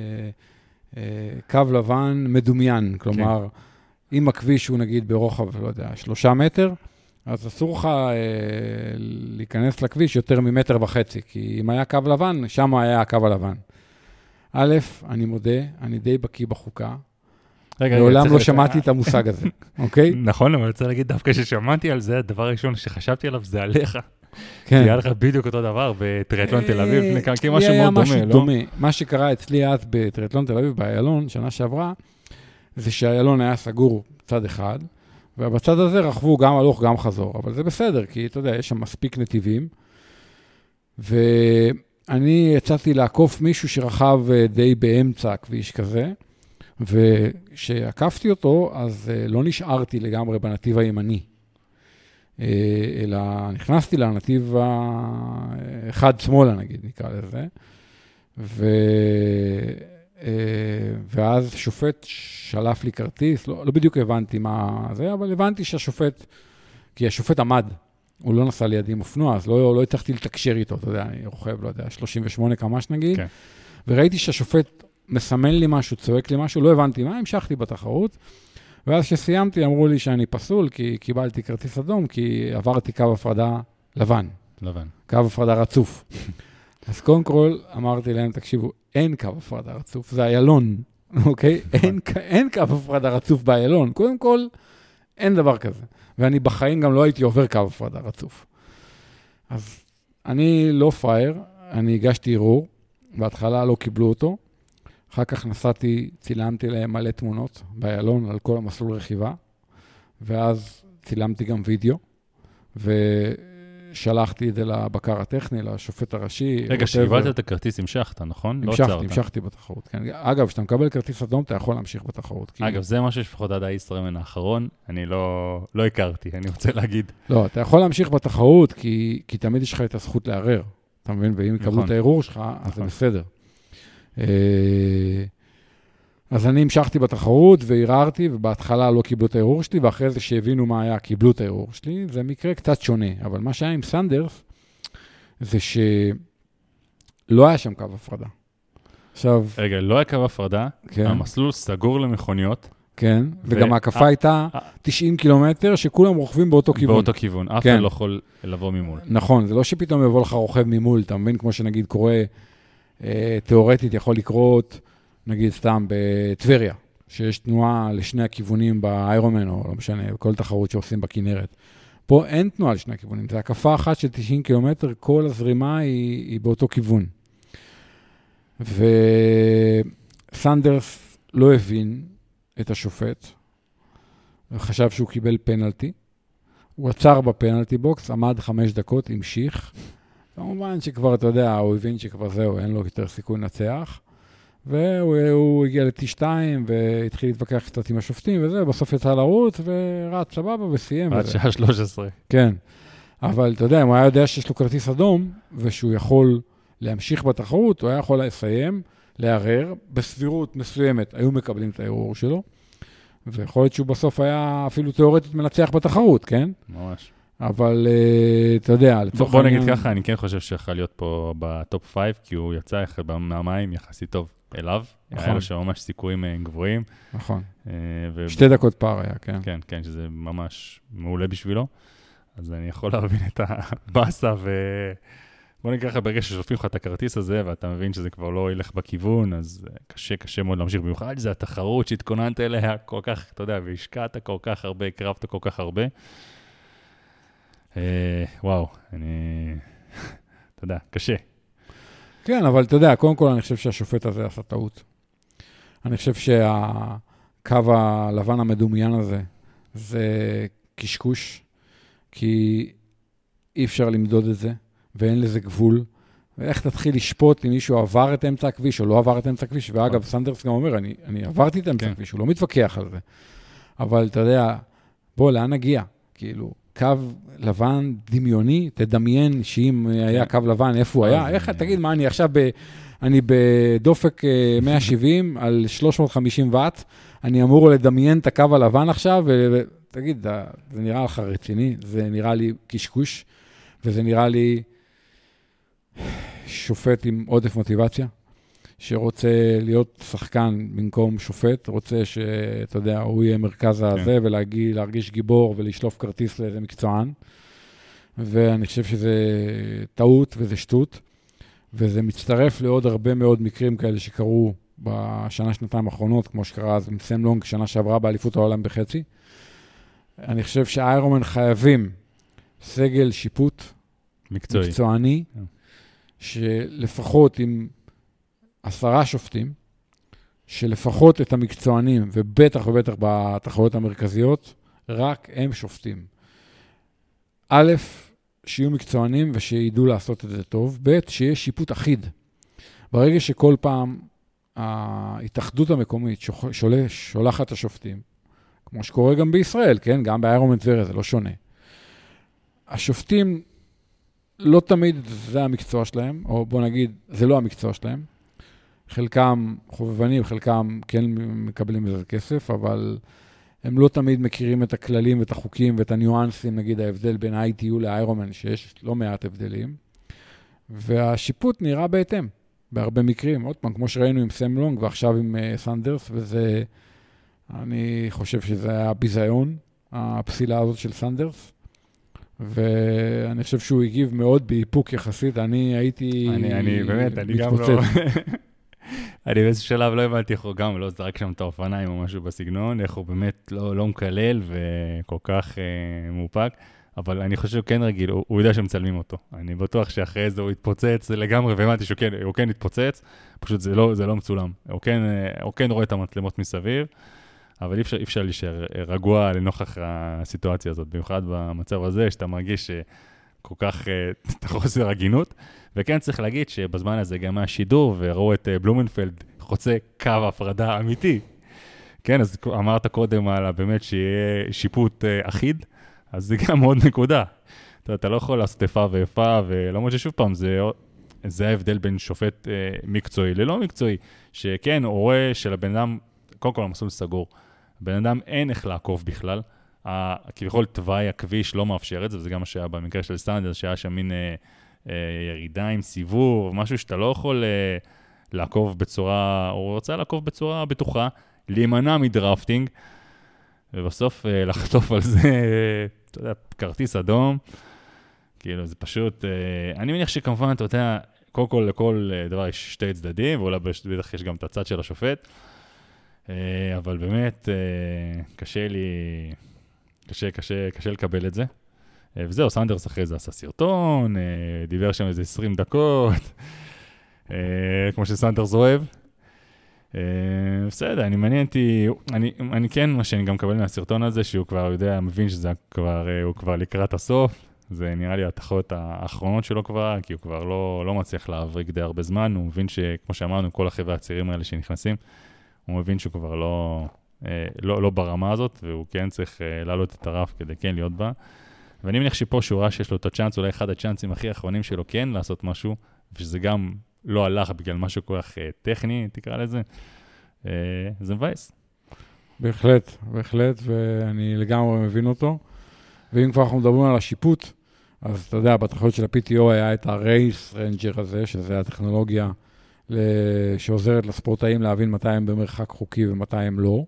קו לבן מדומיין, כלומר, כן. אם הכביש הוא נגיד ברוחב, לא יודע, שלושה מטר, אז אסור לך אה, להיכנס לכביש יותר ממטר וחצי, כי אם היה קו לבן, שם היה הקו הלבן. א', אני מודה, אני די בקיא בחוקה, רגע, לעולם לא שמעתי את המושג הזה, אוקיי? נכון, אבל אני רוצה להגיד, דווקא ששמעתי על זה, הדבר הראשון שחשבתי עליו זה עליך. כי היה לך בדיוק אותו דבר בטריאטלון תל אביב, כי משהו מאוד דומה, לא? מה שקרה אצלי אז בטריאטלון תל אביב, באיילון, שנה שעברה, זה שהאיילון היה סגור צד אחד, ובצד הזה רכבו גם הלוך, גם חזור, אבל זה בסדר, כי אתה יודע, יש שם מספיק נתיבים, ואני יצאתי לעקוף מישהו שרכב די באמצע הכביש כזה, וכשעקפתי אותו, אז לא נשארתי לגמרי בנתיב הימני, אלא נכנסתי לנתיב אחד שמאלה, נגיד, נקרא לזה, ו... ואז שופט שלף לי כרטיס, לא, לא בדיוק הבנתי מה זה, אבל הבנתי שהשופט, כי השופט עמד, הוא לא נסע לידי עם אופנוע, אז לא, לא הצלחתי לתקשר איתו, אתה יודע, אני רוכב, לא יודע, שלושים ושמונה קמ"ש נגיד, okay. וראיתי שהשופט מסמן לי משהו, צועק לי משהו, לא הבנתי מה, המשכתי בתחרות, ואז שסיימתי אמרו לי שאני פסול, כי קיבלתי כרטיס אדום, כי עברתי קו הפרדה לבן. לבן. קו הפרדה רצוף. אז קודם כל אמרתי להם, תקשיבו, אין קו הפרדה רצוף, זה איילון, אוקיי? אין, אין קו הפרדה רצוף באיילון. קודם כל, אין דבר כזה. ואני בחיים גם לא הייתי עובר קו הפרדה רצוף. אז אני לא פרייר, אני הגשתי ערעור, בהתחלה לא קיבלו אותו, אחר כך נסעתי, צילמתי להם מלא תמונות באיילון על כל המסלול רכיבה, ואז צילמתי גם וידאו, שלחתי את זה לבקר הטכני, לשופט הראשי. רגע, שקיבלת את הכרטיס, המשכת, נכון? המשכתי, המשכתי בתחרות. כן. אגב, כשאתה מקבל כרטיס אדום, אתה יכול להמשיך בתחרות. כי... אגב, זה משהו שפחות עד הישראמן האחרון, אני לא, לא הכרתי, אני רוצה להגיד. לא, אתה יכול להמשיך בתחרות, כי, כי תמיד יש לך את הזכות לערער. אתה מבין? ואם יקבלו את הערעור שלך, אז זה בסדר. אז אני המשכתי בתחרות וערערתי, ובהתחלה לא קיבלו את הערעור שלי, ואחרי זה שהבינו מה היה, קיבלו את הערעור שלי. זה מקרה קצת שונה, אבל מה שהיה עם סנדרס, זה שלא היה שם קו הפרדה. עכשיו... רגע, לא היה קו הפרדה, כן. המסלול סגור למכוניות. כן, ו... וגם ההקפה ה... הייתה ה... תשעים קילומטר, שכולם רוכבים באותו כיוון. באותו כיוון, אף אחד כן. לא יכול לבוא ממול. נכון, זה לא שפתאום יבוא לך רוכב ממול, אתה מבין, כמו שנגיד קורה, אה, תיאורטית יכול לקרות, נגיד סתם בטבריה, שיש תנועה לשני הכיוונים באיירומן, או לא משנה, בכל תחרות שעושים בכנרת. פה אין תנועה לשני הכיוונים, זה הקפה אחת של תשעים קילומטר, כל הזרימה היא, היא באותו כיוון. וסנדרס לא הבין את השופט, וחשב שהוא קיבל פנלטי. הוא עצר בפנלטי בוקס, עמד חמש דקות, המשיך. כמובן שכבר, אתה יודע, הוא הבין שכבר זהו, אין לו יותר סיכוי לנצח. והוא הגיע ל-טי שתיים, והתחיל להתווכח קצת עם השופטים, וזה, בסוף יצא לרוץ, ורץ סבבה, וסיים. עד שעה שלוש עשרה. כן. אבל אתה יודע, אם הוא היה יודע שיש לו כרטיס אדום, ושהוא יכול להמשיך בתחרות, הוא היה יכול לסיים, לערער, בסבירות מסוימת, היו מקבלים את הערעור שלו, ויכול להיות שהוא בסוף היה אפילו תיאורטית מנצח בתחרות, כן? ממש. אבל אתה יודע, לצורך בוא נגיד ככה, אני כן חושב שיכול להיות פה בטופ חמש, כי הוא יצא מהמים יחסית טוב אליו, היה לו שם ממש סיכויים גבוהים. נכון. שתי דקות פער היה, כן. כן, כן, שזה ממש מעולה בשבילו. אז אני יכול להבין את הבאסה, ובוא נגיד ככה, ברגע ששופטים לך את הכרטיס הזה, ואתה מבין שזה כבר לא ילך בכיוון, אז קשה, קשה מאוד להמשיך במיוחד. זה התחרות שהתכוננת אליה כל כך, אתה יודע, והשקעת כל כך הרבה, הקרבת כל כך הרבה. וואו, אני... אתה יודע, קשה. כן, אבל אתה יודע, קודם כל אני חושב שהשופט הזה עשה טעות. אני חושב שהקו הלבן המדומיין הזה, זה קשקוש, כי אי אפשר למדוד את זה, ואין לזה גבול, ואיך תתחיל לשפוט אם מישהו עבר את אמצע הכביש, או לא עבר את אמצע הכביש, ואגב, סנדרס גם אומר, אני, אני עברתי את אמצע הכביש, הוא לא מתווכח על זה. אבל אתה יודע, בוא, לאן נגיע? כאילו, קו לבן דמיוני, תדמיין שאם היה קו לבן, איפה הוא היה? איך, תגיד, מה, אני עכשיו ב... אני בדופק מאה שבעים על שלוש מאות וחמישים וואט, אני אמור לדמיין את הקו הלבן עכשיו, ותגיד, זה נראה לך רציני, זה נראה לי קשקוש, וזה נראה לי שופט עם עודף מוטיבציה, שרוצה להיות שחקן במקום שופט, רוצה שאתה יודע, הוא יהיה מרכז הזה, ולהרגיש גיבור ולשלוף כרטיס לאיזה מקצוען, ואני חושב שזה טעות וזה שטות, וזה מצטרף לעוד הרבה מאוד מקרים כאלה שקרו בשנה, שנתיים האחרונות, כמו שקרה אז עם סם לונג, שנה שעברה באליפות העולם בחצי. אני חושב שהאיירומן חייבים סגל שיפוט מקצועי. מקצועני, שלפחות עם עשרה שופטים, שלפחות את המקצוענים, ובטח ובטח בתחרויות המרכזיות, רק הם שופטים. א', שיהיו מקצוענים ושידעו לעשות את זה טוב. ב', שיש שיפוט אחיד. ברגע שכל פעם ההתאחדות המקומית שולש, שולחת השופטים, כמו שקורה גם בישראל, כן? גם באיירומן טבריה, זה לא שונה. השופטים לא תמיד זה המקצוע שלהם, או בוא נגיד, זה לא המקצוע שלהם. חלקם חובבנים, חלקם כן מקבלים בזה כסף, אבל הם לא תמיד מכירים את הכללים ואת החוקים ואת הניואנסים, נגיד ההבדל בין איי טי יו לאיירומן, שיש לא מעט הבדלים. והשיפוט נראה בהתאם, בהרבה מקרים. עוד פעם, כמו שראינו עם סם לונג ועכשיו עם uh, סנדרס, וזה, אני חושב שזה היה ביזיון, הפסילה הזאת של סנדרס. ואני חושב שהוא הגיב מאוד באיפוק יחסית. אני הייתי... אני, אני באמת, אני גם לא... אני באיזה שלב לא הבנתי איך הוא גם לא זרק שם את האופניים או משהו בסגנון, איך הוא באמת לא, לא מקלל וכל כך אה, מופק, אבל אני חושב כן רגיל, הוא, הוא יודע שמצלמים אותו. אני בטוח שאחרי זה הוא יתפוצץ לגמרי, והבנתי שהוא כן, הוא כן יתפוצץ, פשוט זה לא, זה לא מצולם. הוא כן, הוא כן רואה את המצלמות מסביב, אבל אי אפשר, אי אפשר להישאר רגוע לנוכח הסיטואציה הזאת, במיוחד במצב הזה, שאתה מרגיש כל כך את החוסר הגינות, וכן צריך להגיד שבזמן הזה גם מהשידור, וראו את בלומנפלד חוצה קו הפרדה אמיתי. כן, אז אמרת קודם על באמת שיהיה שיפוט אחיד, אז זה גם עוד נקודה. אתה, אתה לא יכול לעשות איפה ואיפה, ולמרות ששוב פעם, זה, זה ההבדל בין שופט מקצועי ללא מקצועי, שכן, הוא רואה שלבן אדם, קודם כל המסלול סגור, בן אדם אין איך לעקוב בכלל, כביכול תוואי הכביש לא מאפשר את זה, וזה גם מה שהיה במקרה של סטנדרס, שהיה שם מין אה, אה, ירידה עם סיבוב, משהו שאתה לא יכול אה, לעקוב בצורה, הוא רוצה לעקוב בצורה בטוחה, להימנע מדרפטינג, ובסוף אה, לחטוף על זה, אה, אתה יודע, כרטיס אדום, כאילו זה פשוט, אה, אני מניח שכמובן, אתה יודע, קודם כל לכל דבר יש שתי צדדים, ואולי בטח יש גם את הצד של השופט, אה, אבל באמת אה, קשה לי... קשה, קשה, קשה לקבל את זה. וזהו, סנדרס אחרי זה עשה סרטון, דיבר שם איזה עשרים דקות, כמו שסנדרס אוהב. בסדר, אני מעניין אותי, אני, אני כן, מה שאני גם מקבל מהסרטון הזה, שהוא כבר יודע, מבין שזה כבר, הוא כבר לקראת הסוף, זה נראה לי התחרות האחרונות שלו כבר, כי הוא כבר לא, לא מצליח להבריק די הרבה זמן, הוא מבין שכמו שאמרנו, כל החבר'ה הצעירים האלה שנכנסים, הוא מבין שהוא כבר לא... לא, לא ברמה הזאת, והוא כן צריך לעלות את הרף כדי כן להיות בה. ואני מניח שפה שהוא ראה שיש לו את הצ'אנס, אולי אחד הצ'אנסים הכי האחרונים שלו כן לעשות משהו, ושזה גם לא הלך בגלל משהו כל כך טכני, תקרא לזה, זה מבאס. בהחלט, בהחלט, ואני לגמרי מבין אותו. ואם כבר אנחנו מדברים על השיפוט, אז אתה יודע, בתחרות של ה-פי טי או היה את ה-Race Ranger הזה, שזה הטכנולוגיה שעוזרת לספורטאים להבין מתי הם במרחק חוקי ומתי הם לא.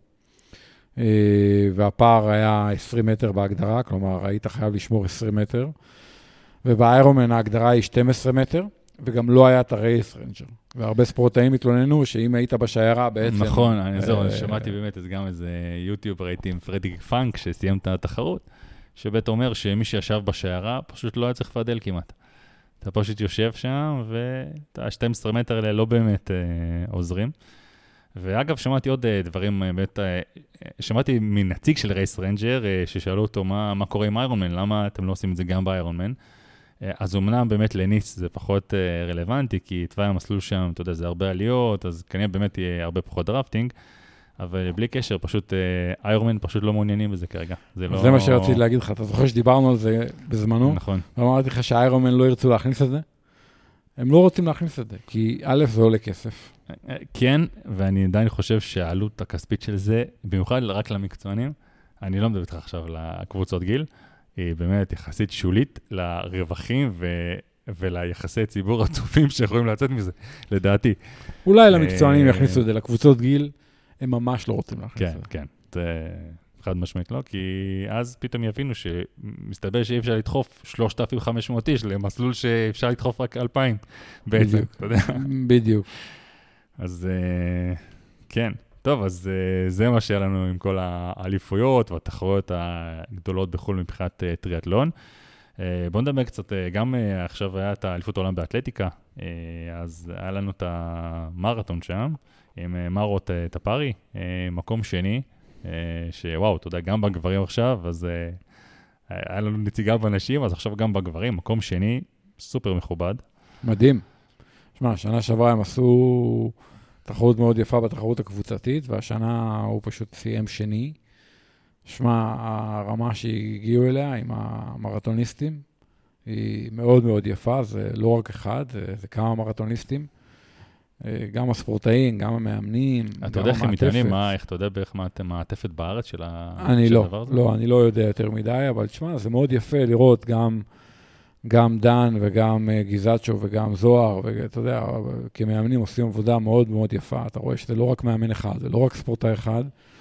והפער היה עשרים מטר בהגדרה, כלומר, היית חייב לשמור עשרים מטר, ובאיירומן ההגדרה היא שנים עשר מטר, וגם לא היה את הרייס רנג'ר. והרבה ספורטאים התלוננו שאם היית בשיירה בעצם... נכון, אני זהו, שמעתי באמת, אז גם איזה יוטיוב ראיתי עם פרדי פאנק שסיים את התחרות, שבית אומר שמי שישב בשיירה פשוט לא היה צריך לפדל כמעט. אתה פשוט יושב שם, וה-שנים עשר מטר האלה לא באמת עוזרים. ואגב, שמעתי עוד דברים, באמת, שמעתי מנציג של רייס רנג'ר, ששאלו אותו מה, מה קורה עם איירונמן, למה אתם לא עושים את זה גם באיירונמן? אז אומנם באמת לניס זה פחות רלוונטי, כי תוואי המסלול שם, אתה יודע, זה הרבה עליות, אז כנראה באמת יהיה הרבה פחות דרפטינג, אבל בלי קשר, פשוט איירונמן פשוט לא מעוניינים בזה כרגע. זה, לא... זה מה שרציתי להגיד לך, אתה זוכר שדיברנו על זה בזמנו? נכון. ואמרתי לך שהאיירונמן לא ירצו להכניס את זה? הם לא רוצים להכניס את זה, כי א' זה עולה כסף. כן, ואני עדיין חושב שהעלות הכספית של זה, במיוחד רק למקצוענים, אני לא מדבר איתך עכשיו לקבוצות גיל, היא באמת יחסית שולית לרווחים ו... וליחסי ציבור הצופים שיכולים לצאת מזה, לדעתי. אולי למקצוענים יכניסו את זה, לקבוצות גיל, הם ממש לא רוצים להכניס את זה. כן, כן, זה חד משמעית לא, כי אז פתאום יבינו שמסתבר שאי אפשר לדחוף שלושת אלפים וחמש מאות איש למסלול שאפשר לדחוף רק אלפיים בעצם, אתה יודע. בדיוק. אז כן, טוב, אז זה מה שהיה לנו עם כל האליפויות והתחרויות הגדולות בחול מבחינת טריאטלון. בואו נדבר קצת, גם עכשיו היה את האליפות העולם באתלטיקה, אז היה לנו את המרתון שם, עם מרות טפארי, מקום שני, שוואו, אתה יודע, גם בגברים עכשיו, אז היה לנו נציגה בנשים, אז עכשיו גם בגברים, מקום שני, סופר מכובד. מדהים. שמע, שנה שעברה הם עשו תחרות מאוד יפה בתחרות הקבוצתית, והשנה הוא פשוט סיים שני. שמע, הרמה שהגיעו אליה עם המרתוניסטים היא מאוד מאוד יפה, זה לא רק אחד, זה, זה כמה מרתוניסטים. גם הספורטאים, גם המאמנים, גם המעטפת. אתה יודע איך הם מתעניינים, איך אתה יודע בערך מה מעטפת בארץ של הדבר הזה? אני לא, לא, אני לא יודע יותר מדי, אבל תשמע, זה מאוד יפה לראות גם... גם דן וגם גיזצ'ו וגם זוהר, ואתה יודע, כמאמנים עושים עבודה מאוד מאוד יפה. אתה רואה שזה לא רק מאמן אחד, זה לא רק ספורטאי אחד,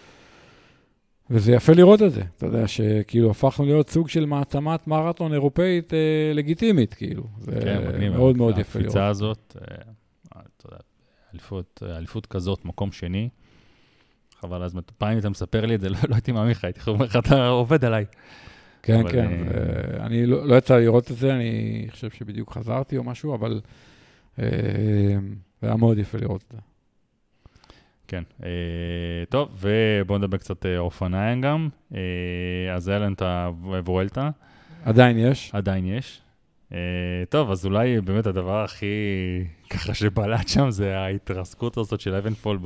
וזה יפה לראות את זה. אתה יודע שכאילו הפכנו להיות סוג של מעצמת מרתון אירופאית אה, לגיטימית, כאילו. זה כן, מגניב, מאוד מאוד יפה לראות. הקפיצה הזאת, אה, אתה יודע, אליפות, אליפות כזאת, מקום שני, חבל, אז פעמים אתה מספר לי את זה, לא, לא הייתי מאמין לך, הייתי חושב איך אתה עובד עליי. כן, אבל... כן, אני לא, לא יצא לראות את זה, אני חושב שבדיוק חזרתי או משהו, אבל אה, זה היה מאוד יפה לראות את זה. כן, אה, טוב, ובואו נדבר קצת אופניים גם, אה, אז היה לנו את הוולטה. עדיין יש? עדיין יש. טוב, אז אולי באמת הדבר הכי ככה שבלט שם זה ההתרסקות הזאת של אבנפול,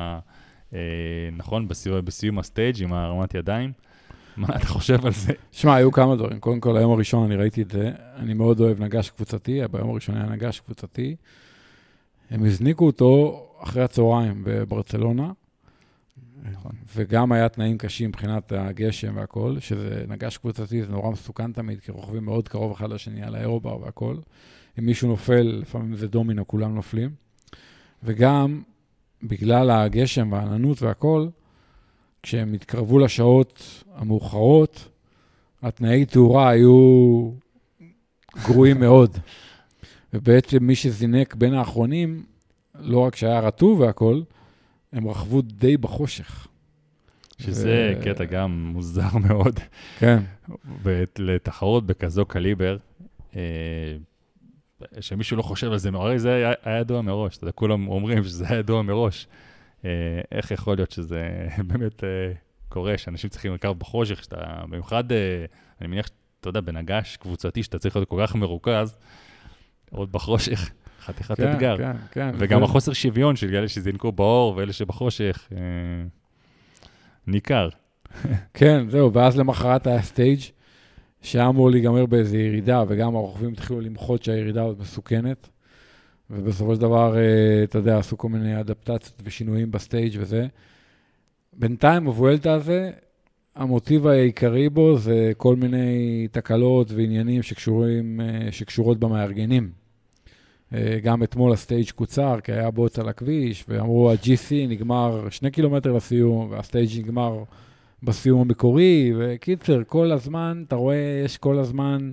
נכון, בסיום הסטייג' עם הרמת ידיים. מה אתה חושב על זה? שמע, היו כמה דברים. קודם כל, היום הראשון אני ראיתי את זה. אני מאוד אוהב נגש קבוצתי, ביום הראשון היה נגש קבוצתי. הם הזניקו אותו אחרי הצהריים בברצלונה, וגם היה תנאים קשים מבחינת הגשם והכל, שזה נגש קבוצתי, זה נורא מסוכן תמיד, כי רוכבים מאוד קרוב אחד לשני על האירובר והכל. אם מישהו נופל, לפעמים זה דומינו, כולם נופלים. וגם, בגלל הגשם והעננות והכל, כשהם התקרבו לשעות המאוחרות, התנאי תאורה היו גרועים מאוד. ובעצם מי שזינק בין האחרונים, לא רק שהיה רטוב והכל, הם רכבו די בחושך. שזה ו... קטע גם מוזר מאוד. כן. ולתחרות בכזו קליבר, שמישהו לא חושב על זה, הרי זה היה, היה ידוע מראש, אתה יודע, כולם אומרים שזה היה ידוע מראש. איך יכול להיות שזה באמת קורה, שאנשים צריכים לקרב בחושך, שאתה במיוחד, אני מניח, אתה יודע, בנגש קבוצתי, שאתה צריך להיות כל כך מרוכז, עוד בחושך. חתיכת כן, אתגר. כן, כן. וגם ו... החוסר שוויון של אלה שזינקו באור ואלה שבחושך, אה, ניכר. כן, זהו, ואז למחרת היה סטייג' שהיה אמור להיגמר באיזו ירידה, וגם הרוכבים התחילו למחות שהירידה עוד מסוכנת, ובסופו של דבר, אה, אתה יודע, עשו כל מיני אדפטציות ושינויים בסטייג' וזה. בינתיים, הוולטה הזה, המוטיב העיקרי בו זה כל מיני תקלות ועניינים שקשורים, אה, שקשורות במארגנים. גם אתמול הסטייג' קוצר, כי היה בוץ על הכביש, ואמרו, ה-ג'י סי נגמר שני קילומטר לסיום, והסטייג' נגמר בסיום המקורי, וקיצר, כל הזמן, אתה רואה, יש כל הזמן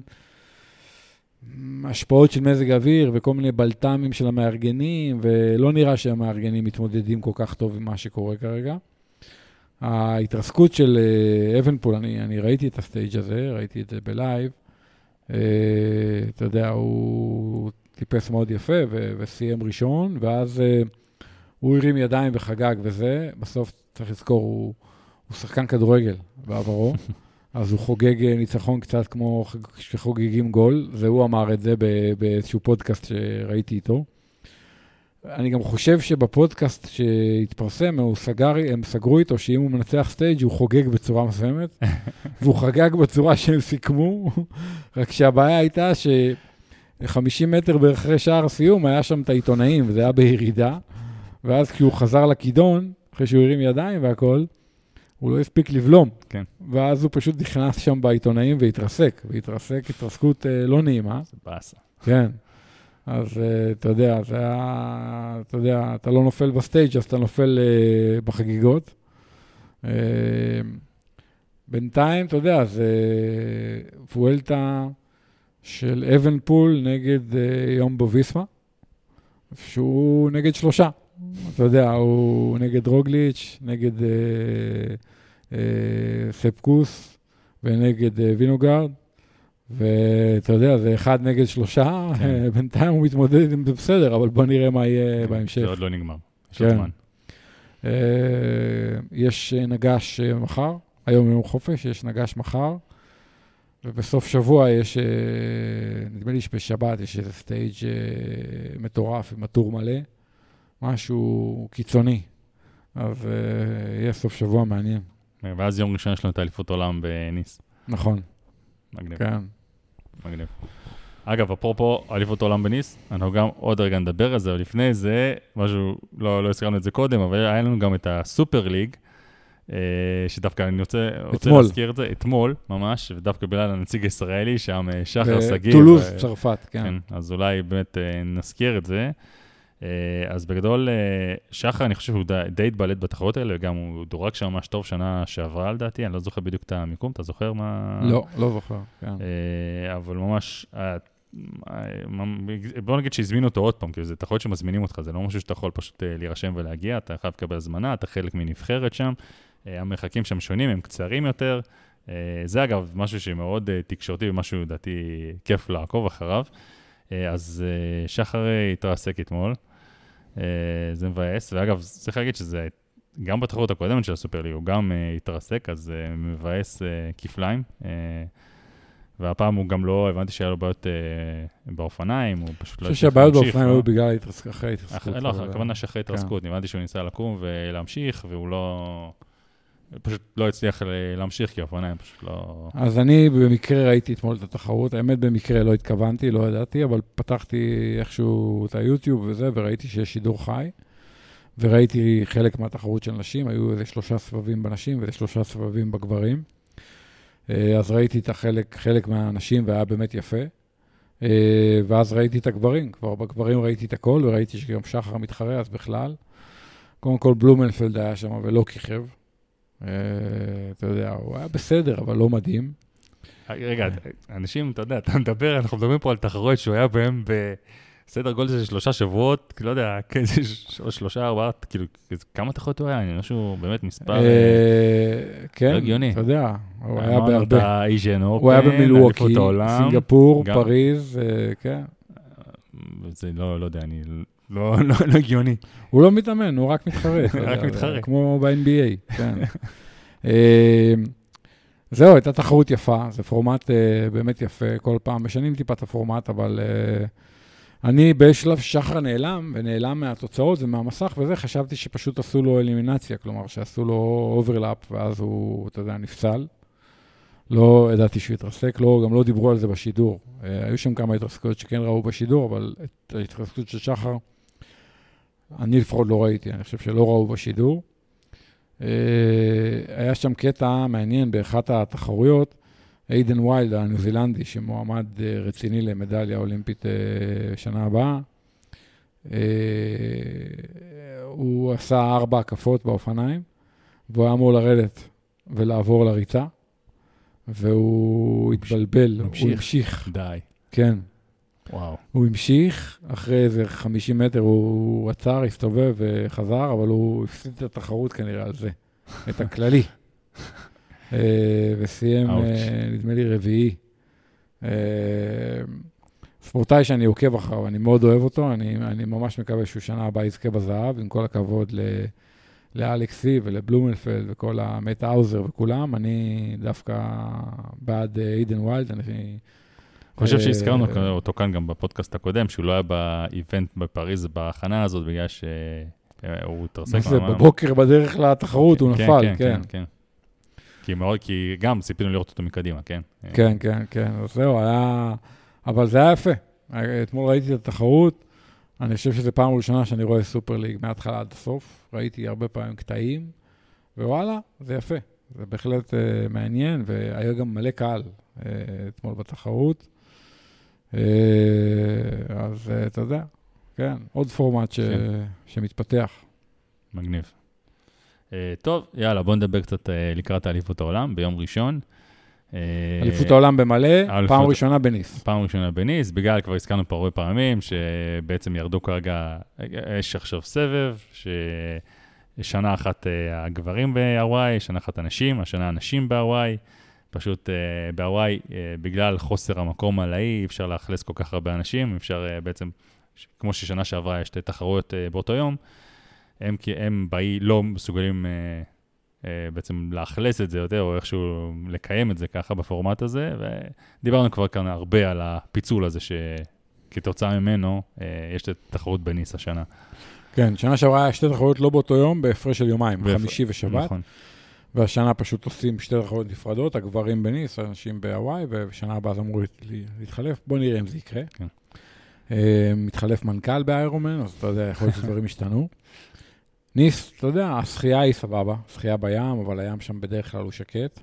השפעות של מזג אוויר, וכל מיני בלטמים של המארגנים, ולא נראה שהמארגנים מתמודדים כל כך טוב עם מה שקורה כרגע. ההתרסקות של אבנפול, אני, אני ראיתי את הסטייג' הזה, ראיתי את זה בלייב, אתה יודע, הוא... טיפס מאוד יפה ו- וסיים ראשון, ואז uh, הוא הרים ידיים וחגג וזה, בסוף צריך לזכור, הוא, הוא שחקן כדורגל בעברו, אז הוא חוגג ניצחון קצת כמו שחוגגים גול, זה הוא אמר את זה ב- באיזשהו פודקאסט שראיתי איתו. אני גם חושב שבפודקאסט שהתפרסם, הוא סגר, הם סגרו איתו שאם הוא מנצח סטייג' הוא חוגג בצורה מסוימת, והוא חגג בצורה שהם סיכמו, רק שהבעיה הייתה ש... חמישים מטר באחרי שער הסיום, היה שם את העיתונאים, וזה היה בירידה, ואז כשהוא חזר לכידון, אחרי שהוא הרים ידיים והכל, הוא לא הספיק לבלום. כן. ואז הוא פשוט נכנס שם בעיתונאים והתרסק, והתרסק התרסקות אה, לא נעימה. זה באסה. כן. אז אה, אתה יודע, זה היה, אתה יודע, אתה לא נופל בסטייג', אז אתה נופל אה, בחגיגות. אה, בינתיים, אתה יודע, זה וולטה... של אבנפול נגד uh, יומבו ויסמה, שהוא נגד שלושה. אתה יודע, הוא נגד רוגליץ', נגד uh, uh, ספקוס ונגד uh, וינוגרד, ואתה יודע, זה אחד נגד שלושה, כן. בינתיים הוא מתמודד עם זה בסדר, אבל בוא נראה מה יהיה כן, בהמשך. זה עוד לא נגמר, יש כן. עוד זמן. Uh, יש נגש uh, מחר, היום יום חופש, יש נגש מחר, ובסוף שבוע יש, נדמה לי שבשבת יש איזה סטייג' מטורף עם הטור מלא, משהו קיצוני. אז יהיה סוף שבוע מעניין. ואז יום ראשון יש לנו את האליפות עולם בניס. נכון. מגניב. כן. מגניב. אגב, אפרופו אליפות עולם בניס, אנחנו גם עוד רגע נדבר על זה, אבל לפני זה, משהו, לא, לא הזכרנו את זה קודם, אבל היה לנו גם את הסופר ליג, שדווקא אני רוצה, רוצה להזכיר את זה, אתמול ממש, ודווקא בגלל הנציג הישראלי, שם שחר סגיר. טולוז, צרפת, כן. כן. אז אולי באמת נזכיר את זה. אז בגדול, שחר, אני חושב שהוא די התבלט בתחרות האלה, וגם הוא דורג שם ממש טוב שנה שעברה, לדעתי, אני לא זוכר בדיוק את המיקום, אתה זוכר מה... לא, לא זוכר, כן. אבל ממש, בוא נגיד שהזמינו אותו עוד פעם, כי זה תחרות שמזמינים אותך, זה לא משהו שאתה יכול פשוט להירשם ולהגיע, אתה חייב לקבל הזמנה, אתה חלק מנבחרת שם, המרחקים שם שונים, הם קצרים יותר. זה אגב משהו שמאוד תקשורתי ומשהו דעתי כיף לעקוב אחריו. אז שחר התרסק אתמול, זה מבאס, ואגב צריך להגיד שזה גם בתחרות הקודמת של הסופר ליג, הוא גם התרסק, אז מבאס כפליים. והפעם הוא גם לא, הבנתי שהיה לו בעיות באופניים, הוא פשוט לא... אני חושב שהבעיות באופניים היו בגלל אחרי התרסקות. לא, הכוונה שאחרי התרסקות, הבנתי שהוא ניסה לקום ולהמשיך, והוא לא... פשוט לא הצליח להמשיך, כי האופניים פשוט לא... אז אני במקרה ראיתי אתמול את התחרות, האמת במקרה לא התכוונתי, לא ידעתי, אבל פתחתי איכשהו את היוטיוב וזה, וראיתי שיש שידור חי, וראיתי חלק מהתחרות של נשים, היו איזה שלושה סבבים בנשים ואיזה שלושה סבבים בגברים. אז ראיתי את החלק, חלק מהנשים, והיה באמת יפה. ואז ראיתי את הגברים, כבר בגברים ראיתי את הכל, וראיתי שגם שחר מתחרה, אז בכלל. קודם כל בלומנפלד היה שם, ולא כיכב. אתה יודע, הוא היה בסדר, אבל לא מדהים. רגע, אנשים, אתה יודע, אתה מדבר, אנחנו מדברים פה על תחרויות שהוא היה בהם בסדר גודל של שלושה שבועות, לא יודע, שלושה, ארבעה, כאילו, כמה תחרויות הוא היה? אני חושב שהוא באמת מספר... כן, אתה יודע, הוא היה בהרבה. הוא היה במילווקי, סינגפור, פריז, כן. זה לא יודע, אני... לא הגיוני. הוא לא מתאמן, הוא רק מתחרה. רק מתחרה. כמו ב-אן בי איי, כן. זהו, הייתה תחרות יפה, זה פורמט באמת יפה, כל פעם משנים טיפה את הפורמט, אבל אני בשלב שחר נעלם, ונעלם מהתוצאות ומהמסך וזה, חשבתי שפשוט עשו לו אלימינציה, כלומר שעשו לו אוברלאפ, ואז הוא, אתה יודע, נפסל. לא ידעתי שהוא התרסק, לא, גם לא דיברו על זה בשידור. היו שם כמה התרסקות שכן ראו בשידור, אבל את ההתרסקות של שחר, אני לפחות לא ראיתי, אני חושב שלא ראו בשידור. היה שם קטע מעניין באחת התחרויות, איידן ויילד, הניו-זילנדי, שמועמד רציני למדליה אולימפית שנה הבאה. הוא עשה ארבע הקפות באופניים, והוא היה אמור לרדת ולעבור לריצה, והוא התבלבל, הוא המשיך. די. כן. וואו. הוא המשיך, אחרי איזה חמישים מטר הוא עצר, הסתובב וחזר, אבל הוא הפסיד את התחרות כנראה על זה, את הכללי. וסיים, נדמה לי, רביעי. ספורטאי שאני עוקב אחריו, אני מאוד אוהב אותו, אני, אני ממש מקווה שהוא שנה הבאה יזכה בזהב, עם כל הכבוד לאלכסי ולבלומנפלד וכל המט האוזר וכולם, אני דווקא בעד איידן ויילד, אני... אני חושב שהזכרנו אותו כאן גם בפודקאסט הקודם, שהוא לא היה באיבנט בפריז בהכנה הזאת, בגלל שהוא תרסק. מה זה, בבוקר בדרך לתחרות הוא נפל, כן. כן, כי מאוד, כי גם ציפינו לראות אותו מקדימה, כן? כן, כן, כן. אז זהו, היה... אבל זה היה יפה. אתמול ראיתי את התחרות, אני חושב שזו פעם ראשונה שאני רואה סופר ליג מההתחלה עד הסוף. ראיתי הרבה פעמים קטעים, ווואלה, זה יפה. זה בהחלט מעניין, והיה גם מלא קהל אתמול בתחרות. אז אתה יודע, כן, עוד פורמט ש... כן. שמתפתח. מגניב. טוב, יאללה, בוא נדבר קצת לקראת האליפות העולם ביום ראשון. אליפות העולם במלא, פעם ראשונה בניס. פעם ראשונה בניס, בגלל כבר הזכרנו פה הרבה פעמים, שבעצם ירדו כרגע, יש עכשיו סבב, ששנה אחת הגברים בהוואי, שנה אחת הנשים, השנה הנשים בהוואי, פשוט uh, בהוואי, uh, בגלל חוסר המקום עליי, אפשר לאכלס כל כך הרבה אנשים, אפשר uh, בעצם, ש- כמו ששנה שעברה יש שתי תחרויות uh, באותו יום, הם, הם באי לא מסוגלים uh, uh, בעצם לאכלס את זה יותר, או איכשהו לקיים את זה ככה בפורמט הזה, ודיברנו כבר כאן הרבה על הפיצול הזה, שכתוצאה ממנו uh, יש את תחרות בניס השנה. כן, שנה שעברה היה שתי תחרויות לא באותו יום, בהפרש של יומיים, בפ... חמישי ושבת. נכון. והשנה פשוט עושים שתי תחרויות נפרדות, הגברים בניס, האנשים בהוואי, ושנה הבאה זה אמור להתחלף. בוא נראה אם זה יקרה. כן. מתחלף מנכ"ל באיירומן, אז אתה יודע, יכול להיות שדברים השתנו. ניס, אתה יודע, השחייה היא סבבה, שחייה בים, אבל הים שם בדרך כלל הוא שקט.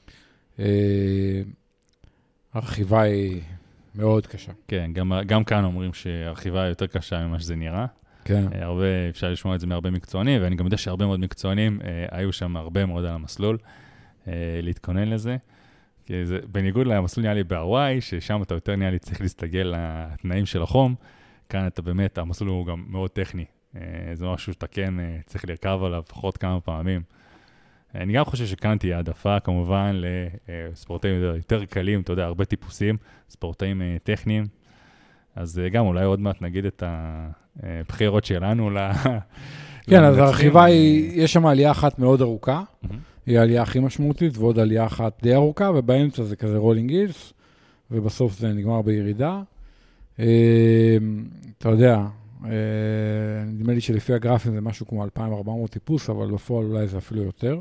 הרכיבה היא מאוד קשה. כן, גם, גם כאן אומרים שהרכיבה היא יותר קשה ממה שזה נראה. כן. הרבה, אפשר לשמוע את זה מהרבה מקצוענים, ואני גם יודע שהרבה מאוד מקצוענים אה, היו שם הרבה מאוד על המסלול, אה, להתכונן לזה. כי זה, בניגוד למסלול נראה לי בהוואי, ששם אתה יותר נראה לי צריך להסתגל לתנאים של החום, כאן אתה באמת, המסלול הוא גם מאוד טכני. אה, זה משהו שאתה כן אה, צריך לרכב עליו לפחות כמה פעמים. אה, אני גם חושב שכאן תהיה העדפה, כמובן, לספורטאים יותר קלים, אתה יודע, הרבה טיפוסים, ספורטאים אה, טכניים. אז גם אולי עוד מעט נגיד את הבחירות שלנו. כן, אז הרכיבה היא, יש שם עלייה אחת מאוד ארוכה, היא העלייה הכי משמעותית, ועוד עלייה אחת די ארוכה, ובאמצע זה כזה רולינג הילס, ובסוף זה נגמר בירידה. אתה יודע, נדמה לי שלפי הגרפים זה משהו כמו אלפיים וארבע מאות טיפוס, אבל בפועל אולי זה אפילו יותר.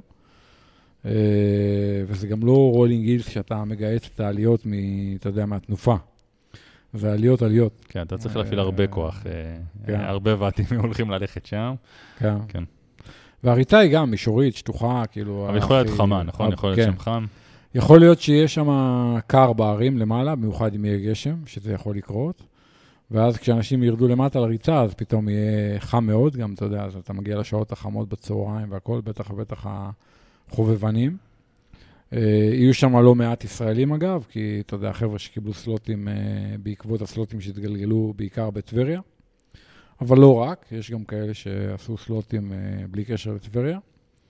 וזה גם לא רולינג הילס שאתה מגייס את העליות, אתה יודע, מהתנופה. זה עליות עליות. כן, אתה צריך להפעיל הרבה כוח. הרבה ועתים הולכים ללכת שם. כן. והריצה היא גם מישורית, שטוחה, כאילו... אבל יכול להיות חמה, נכון? יכול להיות שם חם. יכול להיות שיש שם קר בערים למעלה, במיוחד אם יהיה גשם, שזה יכול לקרות. ואז כשאנשים ירדו למטה לריצה, אז פתאום יהיה חם מאוד, גם אתה יודע, אז אתה מגיע לשעות החמות בצהריים והכל, בטח ובטח החובבנים. יהיו שם לא מעט ישראלים אגב, כי אתה יודע, חבר'ה שקיבלו סלוטים בעקבות הסלוטים שהתגלגלו בעיקר בטבריה. אבל לא רק, יש גם כאלה שעשו סלוטים בלי קשר לטבריה.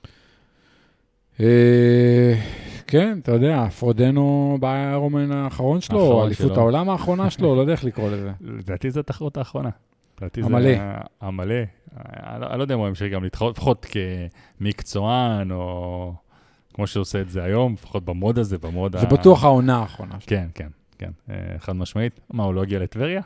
כן, אתה יודע, פרודנו באיירומן האחרון שלו, אליפות העולם האחרונה שלו, לא יודע איך לקרוא לזה. לדעתי זה התחרות האחרונה. המלא. המלא. אני לא יודע אם הוא ימשיך גם להתחרות, לפחות כמקצוען, או כמו שעושה את זה היום, לפחות במוד הזה, במוד ה... זה בטוח העונה האחרונה שלו. כן, כן, כן. חד משמעית. מה, הוא לא הגיע לטבריה?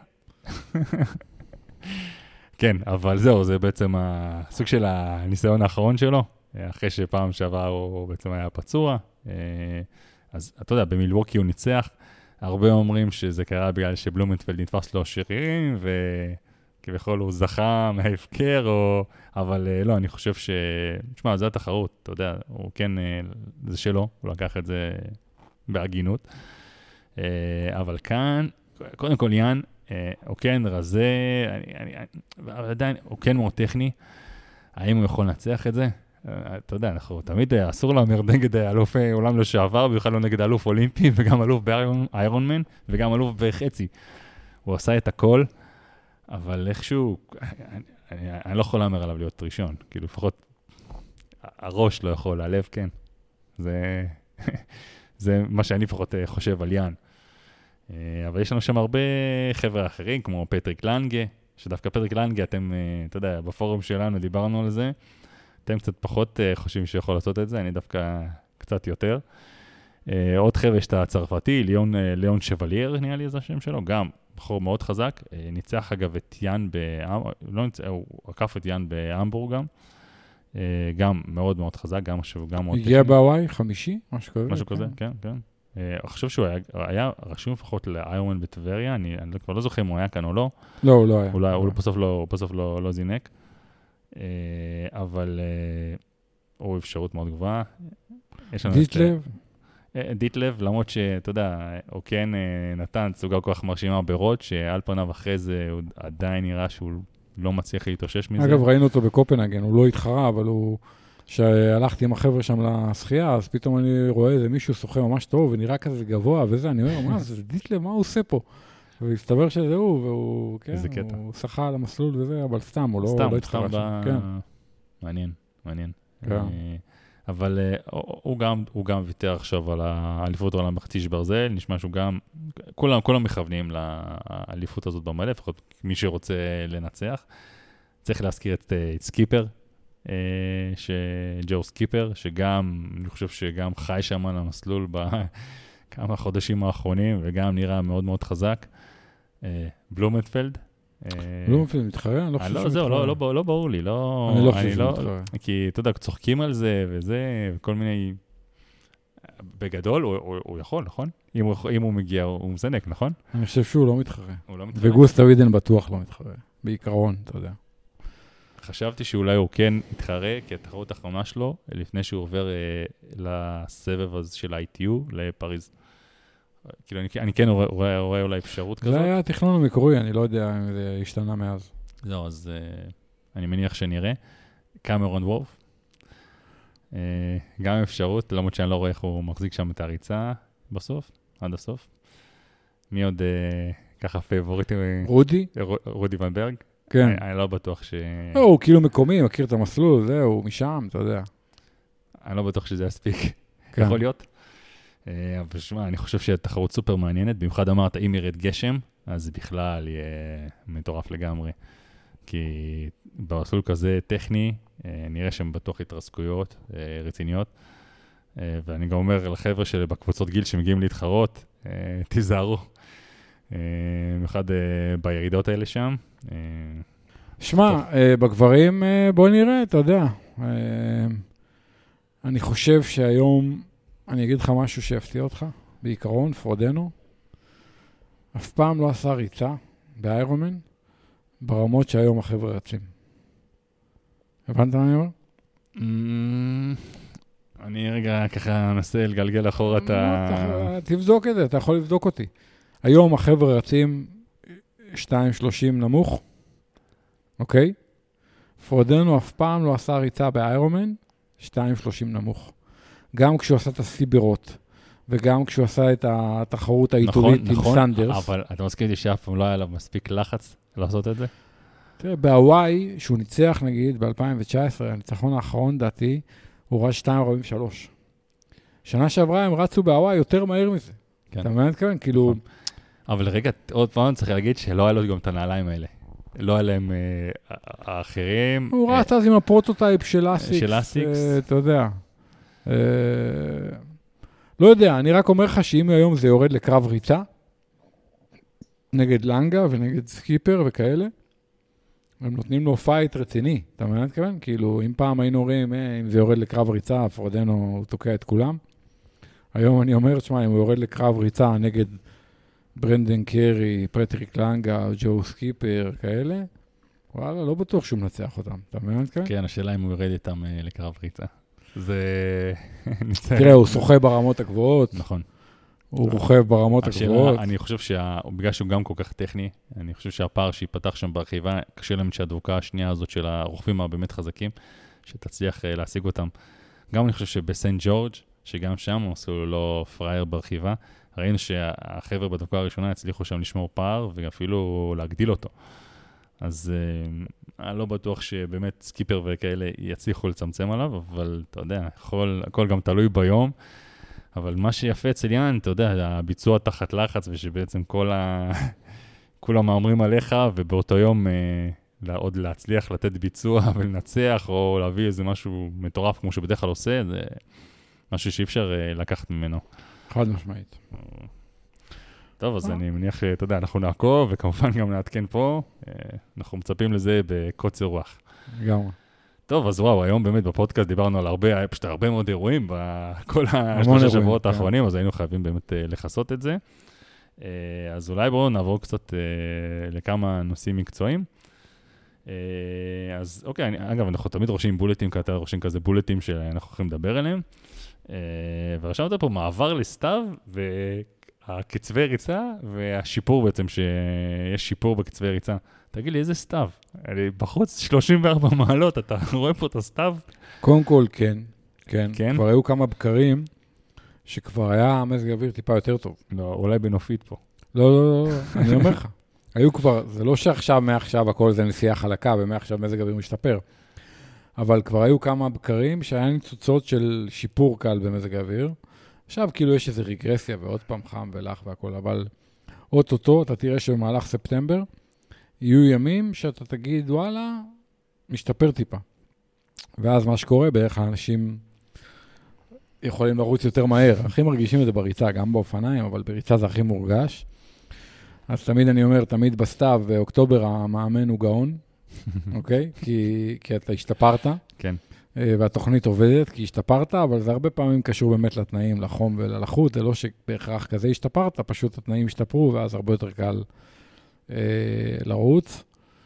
כן, אבל זהו, זה בעצם הסוג של הניסיון האחרון שלו. אחרי שפעם שעבר הוא בעצם היה פצוע, אז אתה יודע, במילווקי הוא ניצח, הרבה אומרים שזה קרה בגלל שבלומנטפלד נתפס לו שרירים, וכביכול הוא זכה מההפקר, או... אבל לא, אני חושב ש... תשמע, זה התחרות, אתה יודע, הוא כן, זה שלו, הוא לקח את זה בהגינות, אבל כאן, קודם כל יאן, הוא כן רזה, אני, אני, אבל עדיין, הוא כן מאוד טכני, האם הוא יכול לנצח את זה? אתה יודע, אנחנו תמיד אסור להמר נגד אלוף עולם לשעבר, בכלל לא נגד אלוף אולימפי, וגם אלוף באיירון מן, וגם אלוף בחצי. הוא עשה את הכל, אבל איכשהו, אני, אני, אני לא יכול להמר עליו להיות ראשון, כאילו לפחות הראש לא יכול, הלב כן. זה, זה מה שאני לפחות חושב על יאן. אבל יש לנו שם הרבה חבר'ה אחרים, כמו פטריק לנגה, שדווקא פטריק לנגה, אתם, אתה יודע, בפורום שלנו דיברנו על זה, אתם קצת פחות חושבים שיכול לעשות את זה, אני דווקא קצת יותר. עוד חבר'ה יש את הצרפתי, ליאון, ליאון שבלייר, נראה לי זה השם שלו, גם בחור מאוד חזק, ניצח אגב את יאן, לא ניצח, הוא עקף את יאן בהמבורג גם, גם מאוד מאוד חזק, גם משהו, גם מאוד... הגיע בהוואי, חמישי, משהו כזה. משהו כזה, כן, כן. אני חושב שהוא היה, היה רשום לפחות לאיירומן בטבריה, אני, אני כבר לא זוכר אם הוא היה כאן או לא. לא, הוא לא היה. אולי, הוא בסוף לא, בסוף לא, לא זינק. אבל הוא אפשרות מאוד גבוהה. דיטלב? דיטלב, למרות שאתה יודע, הוא כן נתן סוגה כל כך מרשימה ברוד, שעל פניו אחרי זה הוא עדיין נראה שהוא לא מצליח להתאושש מזה. אגב, ראינו אותו בקופנהגן, הוא לא התחרה, אבל הוא... שהלכתי עם החבר'ה שם לשחייה, אז פתאום אני רואה איזה מישהו שוחה ממש טוב, ונראה כזה גבוה וזה, אני אומר, מה זה דיטלב, מה הוא עושה פה? והסתבר שזה הוא, והוא, כן, הוא שחה על המסלול וזה, אבל סתם, הוא לא התחרה שם. כן. מעניין, מעניין. אבל הוא גם, הוא גם ויתר עכשיו על האליפות העולם בחצי ברזל, נשמע שהוא גם, כולם, כולם מכוונים לאליפות הזאת במלא, לפחות מי שרוצה לנצח. צריך להזכיר את סקיפר, ג'ו סקיפר, שגם, אני חושב שגם חי שם על המסלול בכמה חודשים האחרונים, וגם נראה מאוד מאוד חזק. בלומנטפלד. בלומנטפלד מתחרה? אני לא חושב שמתחרה. לא ברור לי. אני לא חושב שמתחרה. כי, אתה יודע, צוחקים על זה וזה, וכל מיני... בגדול, הוא יכול, נכון? אם הוא מגיע, הוא מזנק, נכון? אני חושב שהוא לא מתחרה. וגוסטה וידן בטוח לא מתחרה. בעיקרון, אתה יודע. חשבתי שאולי הוא כן יתחרה, כי התחרות האחרונה שלו, לפני שהוא עובר אה, לסבב הזה של ה-איי טי יו לפריז. כאילו, אני, אני כן רואה, רואה, רואה אולי אפשרות כזאת. זה היה התכנון המקורי, אני לא יודע אם זה השתנה מאז. זהו, אז אה, אני מניח שנראה. קמרון וורף. אה, גם אפשרות, למרות שאני לא רואה איך הוא מחזיק שם את הריצה בסוף, עד הסוף. מי עוד אה, ככה פייבוריטים? רודי? רודי ונברג. כן. אני, אני לא בטוח ש... לא, הוא כאילו מקומי, מכיר את המסלול, זהו, משם, אתה יודע. אני לא בטוח שזה יספיק. כן. יכול להיות. אבל שמע, אני חושב שהתחרות סופר מעניינת, במיוחד אמרת, אם ירד גשם, אז בכלל יהיה מטורף לגמרי. כי במסלול כזה טכני, נראה שם בטוח התרסקויות רציניות. ואני גם אומר לחבר'ה שבקבוצות גיל שמגיעים להתחרות, תיזהרו. במיוחד בירידות האלה שם. שמע, בגברים בוא נראה, אתה יודע. אני חושב שהיום, אני אגיד לך משהו שיפתיע אותך, בעיקרון, פרודנו, אף פעם לא עשה ריצה באיירומן, ברמות שהיום החבר'ה רצים. הבנת מה אני אומר? אני רגע ככה אנסה לגלגל אחורה את ה... תבדוק את זה, אתה יכול לבדוק אותי. היום החבר'ה רצים שתיים שלושים נמוך, אוקיי? פרודנו אף פעם לא עשה ריצה באיירומן, שתיים שלושים נמוך. גם כשהוא עשה את הסיברות, וגם כשהוא עשה את התחרות העיתונית עם סנדרס. אבל אתה מסכים לי שאף פעם לא היה לה מספיק לחץ לעשות את זה? תראה, בהוואי, שהוא ניצח נגיד ב-אלפיים תשע עשרה, הניצחון האחרון דעתי, הוא רץ שתיים ארבעים ושלוש. שנה שעברה הם רצו בהוואי יותר מהר מזה. אתה מבין כאן? כאילו... אבל רגע, עוד פעם צריך להגיד שלא היה לו גם את הנעליים האלה. לא היה להם האחרים. הוא רץ אז עם הפרוטוטייפ של אסיקס. של אסיקס. אתה יודע. לא יודע, אני רק אומר לך שאם היום זה יורד לקרב ריצה, נגד לנגה ונגד סקיפר וכאלה, הם נותנים לו פייט רציני, אתה מבין כיוון? כאילו, אם פעם היינו רואים, אם זה יורד לקרב ריצה, פרודנו הוא תוקע את כולם. היום אני אומר, תשמע, אם הוא יורד לקרב ריצה נגד ברנדן קרי, פטריק לנגה, ג'ו סקיפר, כאלה, וואלה, לא בטוח שהוא מנצח אותם, אתה מבין כיוון? כן, השאלה אם הוא יורד איתם לקרב ריצה. זה... תראה, הוא שוחה ברמות הגבוהות. נכון. הוא רוכב ברמות הגבוהות. אני חושב שבגלל שהוא גם כל כך טכני, אני חושב שהפער שיפתח שם ברכיבה, קשה להם שהדבוקה השנייה הזאת של הרוכבים הבאמת חזקים, שתצליח להשיג אותם. גם אני חושב שבסנט ג'ורג', שגם שם עשו לו פרייר ברכיבה, ראינו שהחבר'ה בדבוקה הראשונה הצליחו שם לשמור פער, ואפילו להגדיל אותו. אז אני לא בטוח שבאמת סקיפר וכאלה יצליחו לצמצם עליו, אבל אתה יודע, הכל גם תלוי ביום. אבל מה שיפה אצל יאן, אתה יודע, הביצוע תחת לחץ, ושבעצם כל ה... כולם מאמרים עליך, ובאותו יום אה, עוד להצליח לתת ביצוע ולנצח, או להביא איזה משהו מטורף כמו שבדרך כלל עושה, זה משהו שאי אפשר אה, לקחת ממנו. חד משמעית. טוב, אז אני מניח, אתה יודע, אנחנו נעקוב, וכמובן גם נעדכן פה, אה, אנחנו מצפים לזה בקוצר רוח. גם. טוב, אז וואו, היום באמת בפודקאסט דיברנו על הרבה, היה פשוט הרבה מאוד אירועים בכל השלושה שבועות האחרונים, אז היינו חייבים באמת לחסות את זה. אז אולי בואו נעבור קצת לכמה נושאים מקצועיים. אז אוקיי, אגב, אנחנו תמיד רושמים בולטים, כי אתה רושמים כזה בולטים שאנחנו יכולים לדבר עליהם. ורשמת פה מעבר לסתיו, והקצבי ריצה, והשיפור בעצם, שיש שיפור בקצבי ריצה. תגיד לי, איזה סתיו? אני בחוץ שלושים וארבע מעלות, אתה רואה פה את הסתיו? קודם כל, כן. כן. כן? כבר היו כמה בקרים שכבר היה מזג אוויר טיפה יותר טוב. לא, אולי בנופית פה. לא, לא, לא, אני אומר לך. היו כבר, זה לא שעכשיו, מעכשיו הכל זה נסיעה חלקה, ומעכשיו מזג אוויר משתפר. אבל כבר היו כמה בקרים שהיה ניצוצות של שיפור קל במזג האוויר. עכשיו כאילו יש איזו רגרסיה ועוד פעם חם ולח והכל, אבל אוטוטו, אתה תראה שבמהלך ספטמבר, יהיו ימים שאתה תגיד, וואלה, משתפר טיפה. ואז מה שקורה, בערך האנשים יכולים לרוץ יותר מהר. הכי מרגישים את זה בריצה, גם באופניים, אבל בריצה זה הכי מורגש. אז תמיד אני אומר, תמיד בסתיו, באוקטובר המאמן הוא גאון, אוקיי? כי, כי אתה השתפרת. כן. והתוכנית עובדת, כי השתפרת, אבל זה הרבה פעמים קשור באמת לתנאים, לחום וללחות. זה לא שבהכרח כזה השתפרת, פשוט התנאים השתפרו, ואז הרבה יותר קל לרוץ.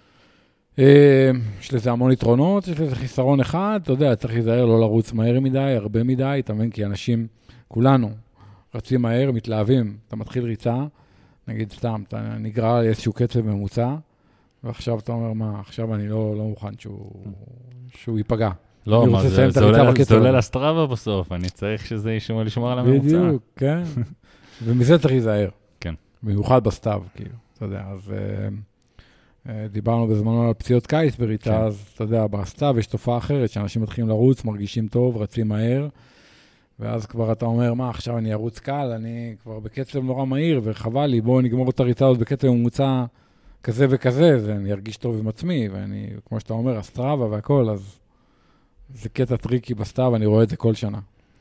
יש לזה המון יתרונות, יש לזה חיסרון אחד, אתה יודע, צריך להיזהר לא לרוץ מהר מדי, הרבה מדי, אתה מבין, כי אנשים, כולנו, רצים מהר, מתלהבים, אתה מתחיל ריצה, נגיד סתם, אתה נגרע לאיזשהו קצב ממוצע, ועכשיו אתה אומר, מה, עכשיו אני לא, לא מוכן שהוא, שהוא ייפגע. לא, מה, זה, זה, עולה, זה עולה לסטרבה בסוף, אני צריך שזה ישמור לשמור על הממוצע. בדיוק, כן. ומזה צריך להיזהר. כן. במיוחד בסתיו, כאילו, אתה יודע, אז uh, uh, דיברנו בזמנו על פציעות קיץ בריצה, כן. אז אתה יודע, בסתיו יש תופעה אחרת, שאנשים מתחילים לרוץ, מרגישים טוב, רצים מהר, ואז כבר אתה אומר, מה, עכשיו אני ארוץ קל, אני כבר בקצב נורא מהיר, וחבל לי, בואו נגמור את הריצה הזאת בקצב ממוצע כזה וכזה, ואני ארגיש טוב עם עצמי, ואני, כמו שאתה אומר, הסטרבה והכל, אז זה קטע טריקי בסתיו, אני רואה את זה כל שנה.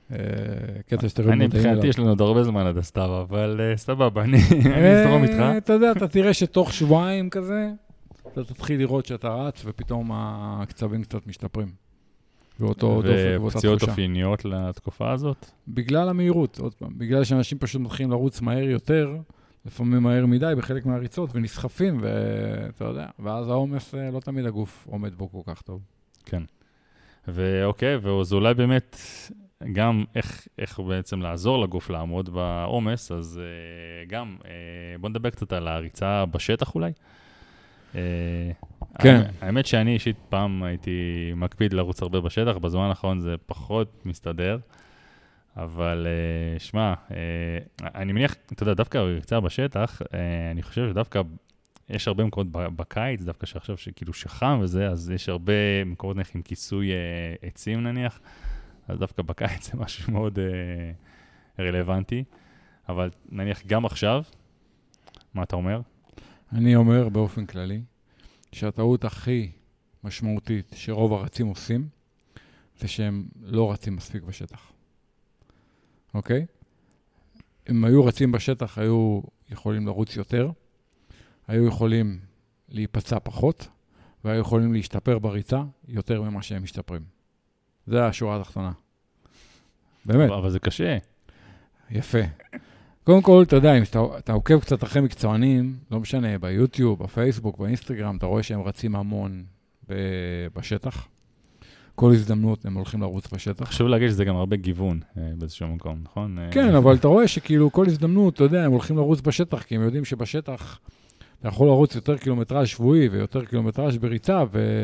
קטע שאתה רואה אני מודעים אליו. מבחינתי יש לנו עוד הרבה זמן עד הסתיו, אבל סבבה, אני אזרום איתך. אתה יודע, אתה תראה שתוך שבועיים כזה, אתה תתחיל לראות שאתה רץ, ופתאום הקצבים קצת משתפרים. ואותו דופק, ואותה תחושה. ופציעות אופייניות לתקופה הזאת? בגלל המהירות, עוד פעם. בגלל שאנשים פשוט מתחילים לרוץ מהר יותר, לפעמים מהר מדי בחלק מהריצות, ונסחפים, ואתה יודע, ואז העומס לא תמיד הגוף עומד בו כל כך טוב. כן. ואוקיי, ואז אולי באמת גם איך, איך בעצם לעזור לגוף לעמוד בעומס, אז uh, גם uh, בוא נדבר קצת על הריצה בשטח אולי. Uh, כן. האמת שאני אישית פעם הייתי מקפיד לרוץ הרבה בשטח, בזמן האחרון זה פחות מסתדר, אבל uh, שמע, uh, אני מניח, אתה יודע, דווקא הריצה בשטח, uh, אני חושב שדווקא יש הרבה מקומות בקיץ, דווקא שעכשיו שכאילו שחם וזה, אז יש הרבה מקומות נניח עם כיסוי uh, עצים נניח, אז דווקא בקיץ זה משהו מאוד uh, רלוונטי, אבל נניח גם עכשיו, מה אתה אומר? אני אומר באופן כללי, שהטעות הכי משמעותית שרוב הרצים עושים, זה שהם לא רצים מספיק בשטח. אוקיי? אם היו רצים בשטח, היו יכולים לרוץ יותר, היו יכולים להיפצע פחות, והיו יכולים להשתפר בריצה יותר ממה שהם משתפרים. זה השורה התחתונה. באמת. אבל זה קשה. יפה. קודם כל, אתה יודע, אם אתה, אתה עוקב קצת אחרי מקצוענים, לא משנה, ביוטיוב, בפייסבוק, באינסטגרם, אתה רואה שהם רצים המון ב- בשטח. כל הזדמנות הם הולכים לרוץ בשטח. חשוב להגיד שזה גם הרבה גיוון אה, באיזשהו מקום, נכון? כן, אבל אתה רואה שכאילו כל הזדמנות, אתה יודע, הם הולכים לרוץ בשטח, כי הם יודעים שבשטח אתה יכול לרוץ יותר קילומטראז' שבועי ויותר קילומטראז' בריצה,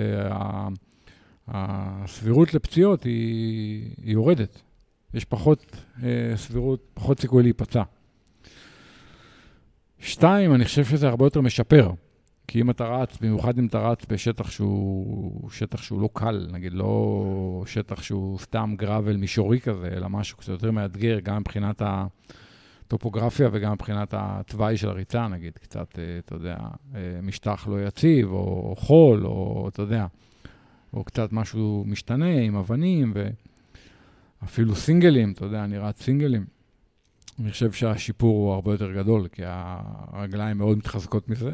והסבירות לפציעות היא, היא יורדת. יש פחות אה, סבירות, פחות סיכוי להיפצע. שתיים, אני חושב שזה הרבה יותר משפר. כי אם אתה רץ, במיוחד אם אתה רץ בשטח שהוא, שטח שהוא לא קל, נגיד לא שטח שהוא סתם גרבל מישורי כזה, אלא משהו קצת יותר מאתגר, גם מבחינת הטופוגרפיה וגם מבחינת התוואי של הריצה, נגיד קצת, אתה יודע, משטח לא יציב, או חול, או אתה יודע, או קצת משהו משתנה עם אבנים, ואפילו סינגלים, אתה יודע, אני רץ סינגלים. אני חושב שהשיפור הוא הרבה יותר גדול, כי הרגליים מאוד מתחזקות מזה.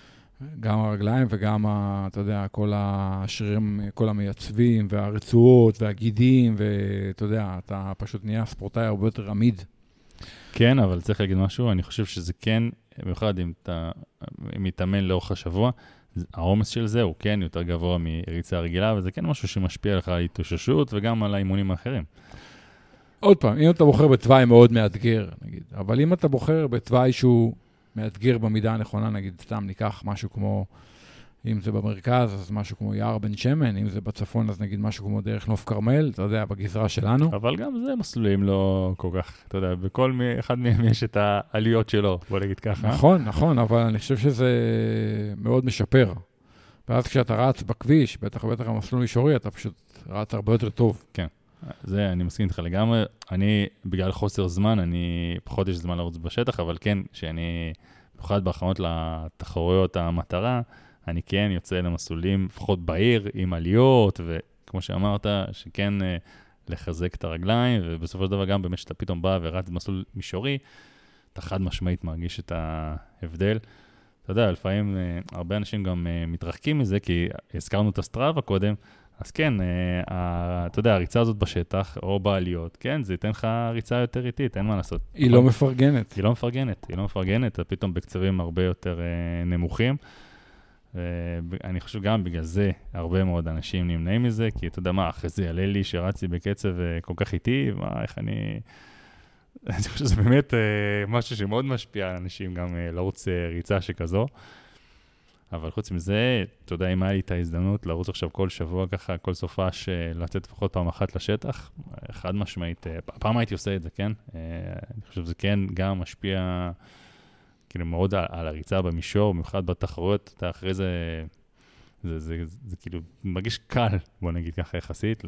גם הרגליים וגם, אתה יודע, כל השרירים, כל המייצבים והרצועות והגידים, ואתה יודע, אתה פשוט נהיה ספורטאי הרבה יותר עמיד. כן, אבל צריך להגיד משהו, אני חושב שזה כן, במיוחד אם אתה מתאמן לאורך השבוע, העומס של זה הוא כן יותר גבוה מריצה רגילה, וזה כן משהו שמשפיע לך על התאוששות וגם על האימונים האחרים. עוד פעם, אם אתה בוחר בתוואי מאוד מאתגר, נגיד, אבל אם אתה בוחר בתוואי שהוא מאתגר במידה הנכונה, נגיד, סתם ניקח משהו כמו, אם זה במרכז, אז משהו כמו יער בן שמן, אם זה בצפון, אז נגיד משהו כמו דרך נוף כרמל, אתה יודע, בגזרה שלנו. אבל גם זה מסלולים לא כל כך, אתה יודע, בכל אחד מהם יש את העליות שלו, בוא נגיד ככה. נכון, נכון, אבל אני חושב שזה מאוד משפר. ואז כשאתה רץ בכביש, בטח ובטח המסלול מישורי, אתה פשוט רץ הרבה יותר טוב. כן. זה, אני מסכים איתך לגמרי. אני, בגלל חוסר זמן, אני פחות יש זמן לרוץ בשטח, אבל כן, שאני, במיוחד בהכנות לתחרויות המטרה, אני כן יוצא למסלולים, לפחות בעיר, עם עליות, וכמו שאמרת, שכן לחזק את הרגליים, ובסופו של דבר גם באמת שאתה פתאום בא ורץ במסלול מישורי, אתה חד משמעית מרגיש את ההבדל. אתה יודע, לפעמים הרבה אנשים גם מתרחקים מזה, כי הזכרנו את הסטראבה קודם, אז כן, אתה יודע, הריצה הזאת בשטח, או בעליות, כן, זה ייתן לך ריצה יותר איטית, אין מה לעשות. היא לא מפרגנת. היא לא מפרגנת, היא לא מפרגנת, פתאום בקצבים הרבה יותר נמוכים. ואני חושב גם בגלל זה, הרבה מאוד אנשים נמנעים מזה, כי אתה יודע מה, אחרי זה יעלה לי שרצתי בקצב כל כך איטי, מה, איך אני... אני חושב שזה באמת משהו שמאוד משפיע על אנשים, גם לרוץ ריצה שכזו. אבל חוץ מזה, אתה יודע, אם היה לי את ההזדמנות לרוץ עכשיו כל שבוע ככה, כל סופש, לצאת לפחות פעם אחת לשטח, חד משמעית, פעם הייתי עושה את זה, כן? אני חושב שזה כן גם משפיע כאילו מאוד על, על הריצה במישור, במיוחד בתחרויות, אתה אחרי זה, זה, זה, זה, זה כאילו מרגיש קל, בוא נגיד ככה יחסית,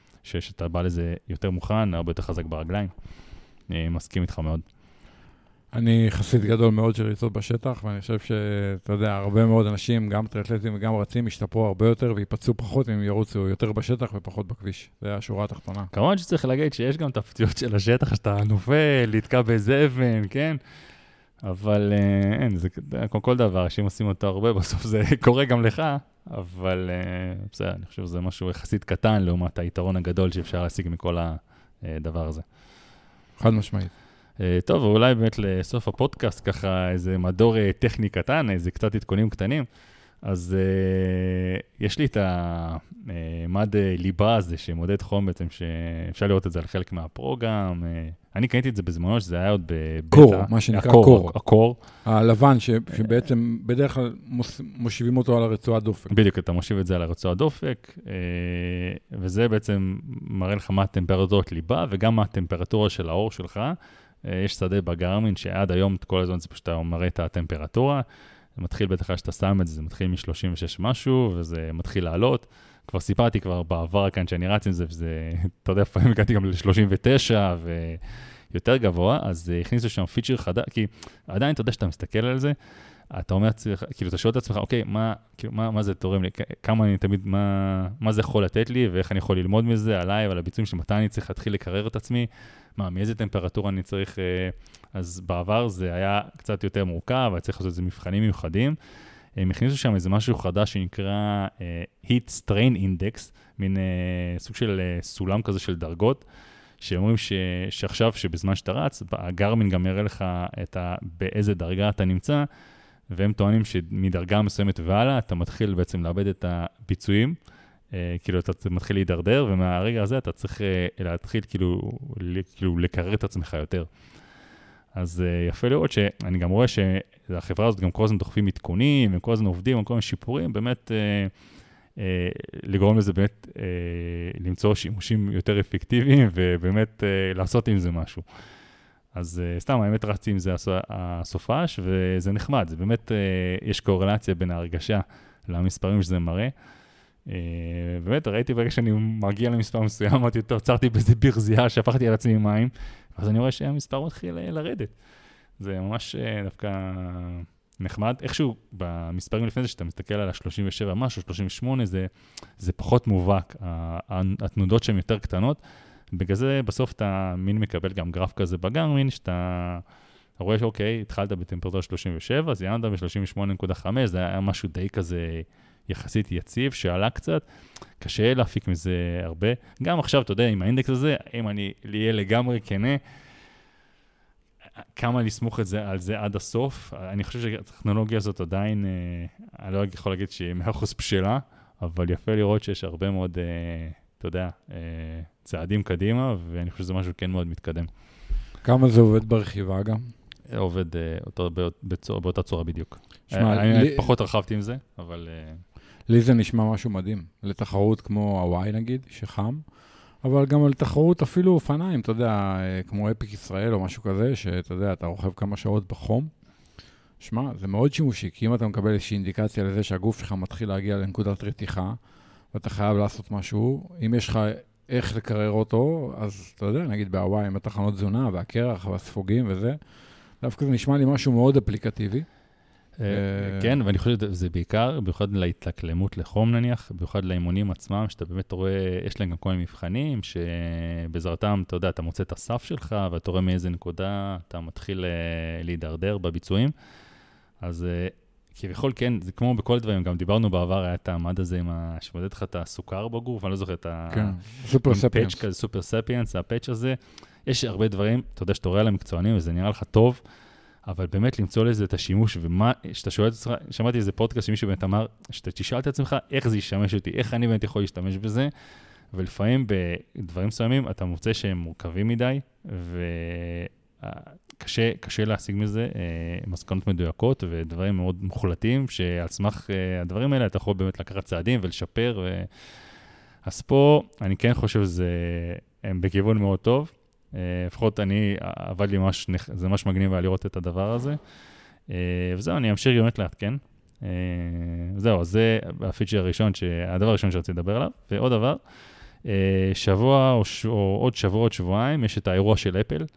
שאתה בא לזה יותר מוכן, הרבה יותר חזק ברגליים. אני מסכים איתך מאוד. אני חסיד גדול מאוד של ריצות בשטח, ואני חושב שאתה יודע, הרבה מאוד אנשים, גם טריאטלטים וגם רצים, ישתפרו הרבה יותר ויפצעו פחות אם ירוצו יותר בשטח ופחות בכביש. זה השורה התחתונה. כמובן שצריך להגיד שיש גם את הפציעות של השטח, שאתה נופל, להתקע באיזה אבן, כן? אבל אין, זה כמו כל דבר, שאם עושים אותו הרבה, בסוף זה קורה גם לך, אבל בסדר, אני חושב שזה משהו יחסית קטן, לעומת היתרון הגדול שאפשר להשיג מכל הדבר הזה. חד משמעית. טוב, ואולי באמת לסוף הפודקאסט, ככה איזה מדור טכני קטן, איזה קצת עדכונים קטנים, אז uh, יש לי את המד ליבה הזה שמודד חום בעצם, שאפשר לראות את זה על חלק מהפרוגרם. Uh, אני קניתי את זה בזמנו, שזה היה עוד בבטא. קור, מה שנקרא קור. הקור. הלבן, ש, שבעצם בדרך כלל מוס, מושיבים אותו על הרצועת דופק. בדיוק, אתה מושיב את זה על הרצועת דופק, uh, וזה בעצם מראה לך מה הטמפרטורת ליבה, וגם מה הטמפרטורה של האור שלך. Uh, יש שדה בגרמין שעד היום כל הזמן זה פשוט מראה את הטמפרטורה, זה מתחיל בטח שאתה שם את זה, זה מתחיל מ-שלושים ושש משהו, וזה מתחיל לעלות. כבר סיפרתי כבר בעבר כאן שאני רץ עם זה, וזה, אתה יודע, פעמים הגעתי גם ל-שלושים ותשע ויותר גבוה, אז הכניסו שם פיצ'ר חדש, כי עדיין אתה יודע שאתה מסתכל על זה, אתה אומר, כאילו, אתה שואל את עצמך, אוקיי, מה, כאילו, מה, מה זה תורם לי? כמה אני תמיד, מה, מה זה יכול לתת לי, ואיך אני יכול ללמוד מזה, עליי, ועל הביצועים של מתי אני צריך להתחיל לקרר את עצמי, מה, מאיזה טמפרטורה אני צריך, אז בעבר זה היה קצת יותר מורכב, היה צריך לעשות איזה מבחנים מיוחדים. הם הכניסו שם איזה משהו חדש שנקרא uh, Heat Strain Index, מין uh, סוג של uh, סולם כזה של דרגות, שאומרים ש, שעכשיו שבזמן שאתה רץ, הגרמין גם יראה לך את ה, באיזה דרגה אתה נמצא, והם טוענים שמדרגה מסוימת והלאה, אתה מתחיל בעצם לאבד את הביצועים, uh, כאילו אתה מתחיל להידרדר, ומהרגע הזה אתה צריך uh, להתחיל כאילו, כאילו לקרר את עצמך יותר. אז uh, יפה לראות שאני גם רואה שהחברה הזאת גם כל הזמן דוחפים עדכונים, הם כל הזמן עובדים, הם כל הזמן שיפורים, באמת uh, uh, לגרום לזה באמת uh, למצוא שימושים יותר אפקטיביים, ובאמת uh, לעשות עם זה משהו. אז uh, סתם, האמת רצתי עם זה הסופש, וזה נחמד, זה באמת, uh, יש קורלציה בין ההרגשה למספרים שזה מראה. Uh, באמת, ראיתי ברגע שאני מגיע למספר מסוים, אמרתי יותר, עצרתי באיזה ברזייה, שפכתי על עצמי מים, אז אני רואה שהמספר מתחיל לרדת. זה ממש דווקא נחמד. איכשהו במספרים לפני זה, שאתה מסתכל על ה-שלושים ושבע משהו, שלושים ושמונה, זה, זה פחות מובהק. התנודות שהן יותר קטנות. בגלל זה בסוף אתה מין מקבל גם גרף כזה בגרמין, שאתה רואה שאוקיי, התחלת בטמפרטורה שלושים ושבע, אז יענת ב-שלושים ושמונה נקודה חמש, זה היה משהו די כזה יחסית יציב, שעלה קצת. קשה להפיק מזה הרבה. גם עכשיו, אתה יודע, עם האינדקס הזה, אם אני אהיה לגמרי כנה, כמה לסמוך את זה על זה עד הסוף. אני חושב שהטכנולוגיה הזאת עדיין, אני לא יכול להגיד שהיא מאה אחוז בשלה, אבל יפה לראות שיש הרבה מאוד, אתה יודע, צעדים קדימה, ואני חושב שזה משהו כן מאוד מתקדם. כמה זה עובד ברכיבה גם? עובד אותו, באותה צורה בדיוק. אני פחות רחבתי עם זה, אבל... לי זה נשמע משהו מדהים, לתחרות כמו הוואי נגיד, שחם, אבל גם לתחרות אפילו אופניים, אתה יודע, כמו אפיק ישראל או משהו כזה, שאתה יודע, אתה רוכב כמה שעות בחום. שמע, זה מאוד שימושי, כי אם אתה מקבל איזושהי אינדיקציה לזה שהגוף שלך מתחיל להגיע לנקודת רתיחה, ואתה חייב לעשות משהו, אם יש לך איך לקרר אותו, אז אתה יודע, נגיד בהוואי, עם התחנות תזונה, והקרח והספוגים וזה, דווקא זה נשמע לי משהו מאוד אפליקטיבי. כן, ואני חושב שזה בעיקר, במיוחד להתאקלמות לחום נניח, במיוחד לאימונים עצמם, שאתה באמת רואה, יש להם גם כל מיני מבחנים, שבעזרתם, אתה יודע, אתה מוצא את הסף שלך, ואתה רואה מאיזה נקודה, אתה מתחיל להידרדר בביצועים. אז כביכול כן, זה כמו בכל דברים, גם דיברנו בעבר, היה את המד הזה שמודד לך את הסוכר בגוף, אני לא זוכר את ה... כן, סופר ספיאנס. כזה, סופר ספיאנס, הפאץ' הזה. יש הרבה דברים, אתה יודע, שאתה רואה על המקצוענים, וזה נראה לך טוב, אבל באמת למצוא לזה את השימוש, ומה, שאתה שואל את עצמך, שמעתי איזה פודקאסט שמישהו באמת אמר, שאתה תשאל את עצמך, איך זה ישמש אותי, איך אני באמת יכול להשתמש בזה, ולפעמים בדברים מסוימים, אתה מוצא שהם מורכבים מדי, וקשה, קשה להשיג מזה מסקנות מדויקות, ודברים מאוד מוחלטים, שעל סמך הדברים האלה, אתה יכול באמת לקחת צעדים ולשפר, ו... אז פה, אני כן חושב שזה, הם בכיוון מאוד טוב, לפחות אני, עבד לי ממש, זה ממש מגניב היה לראות את הדבר הזה. וזהו, אני אמשיך באמת להתקן. זהו, זה הפיצ'ר הראשון, הדבר הראשון שרציתי לדבר עליו. ועוד דבר, שבוע או, ש... או עוד שבוע, עוד שבועיים, יש את האירוע של אפל,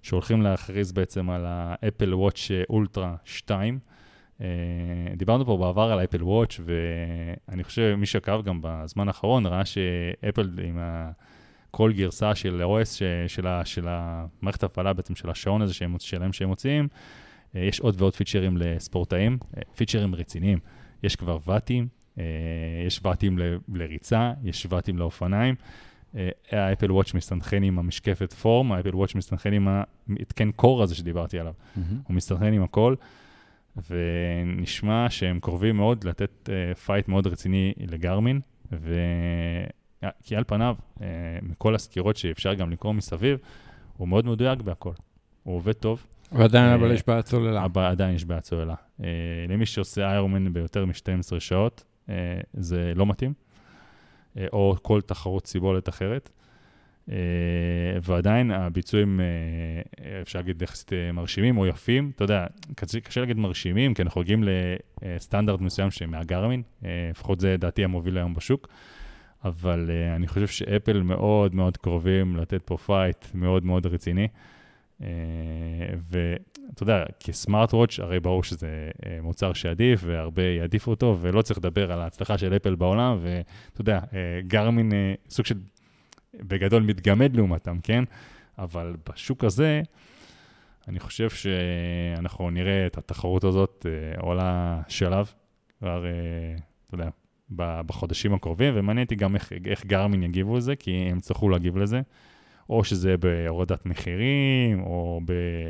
שהולכים להכריז בעצם על האפל וואץ' אולטרה שתיים. דיברנו פה בעבר על האפל וואץ', ואני חושב מי שעקב גם בזמן האחרון ראה שאפל עם כל גרסה של או אס של, של המערכת הפעלה בעצם של השעון הזה שהם, שלהם שהם מוציאים, יש עוד ועוד פיצ'רים לספורטאים, פיצ'רים רציניים. יש כבר ואטים, יש ואטים ל, לריצה, יש ואטים לאופניים. האפל וואץ' מסתנכן עם המשקפת פורם, האפל וואץ' מסתנכן עם התקן קור הזה שדיברתי עליו. Mm-hmm. הוא מסתנכן עם הכל, ונשמע שהם קרובים מאוד לתת uh, פייט מאוד רציני לגרמין, ו... כי על פניו, uh, מכל הסקירות שאפשר גם לקרוא מסביב, הוא מאוד מדויק בהכל. הוא עובד טוב. ועדיין אבל יש בעיה צוללה. עדיין יש בעיה צוללה. Uh, למי שעושה איירומן ביותר מ-שתים עשרה שעות, uh, זה לא מתאים. Uh, או כל תחרות סיבולת אחרת. Uh, ועדיין הביצועים, uh, אפשר להגיד יחסית מרשימים או יפים. אתה יודע, קשה, קשה להגיד מרשימים, כי אנחנו הגיעים לסטנדרט מסוים שמהגרמין, uh, לפחות זה דעתי המוביל היום בשוק. אבל uh, אני חושב שאפל מאוד מאוד קרובים לתת פה פייט מאוד מאוד רציני. Uh, ואתה יודע, כסמארט וואץ' הרי ברור שזה uh, מוצר שעדיף, והרבה יעדיפו אותו, ולא צריך לדבר על ההצלחה של אפל בעולם, ואתה יודע, uh, גרמין uh, סוג של בגדול מתגמד לעומתם, כן? אבל בשוק הזה, אני חושב שאנחנו נראה את התחרות הזאת uh, עולה שלב, כבר, uh, אתה יודע, בחודשים הקרובים, ומעניין אותי גם איך, איך גרמין יגיבו לזה, כי הם צריכו להגיב לזה, או שזה בהורדת מחירים, או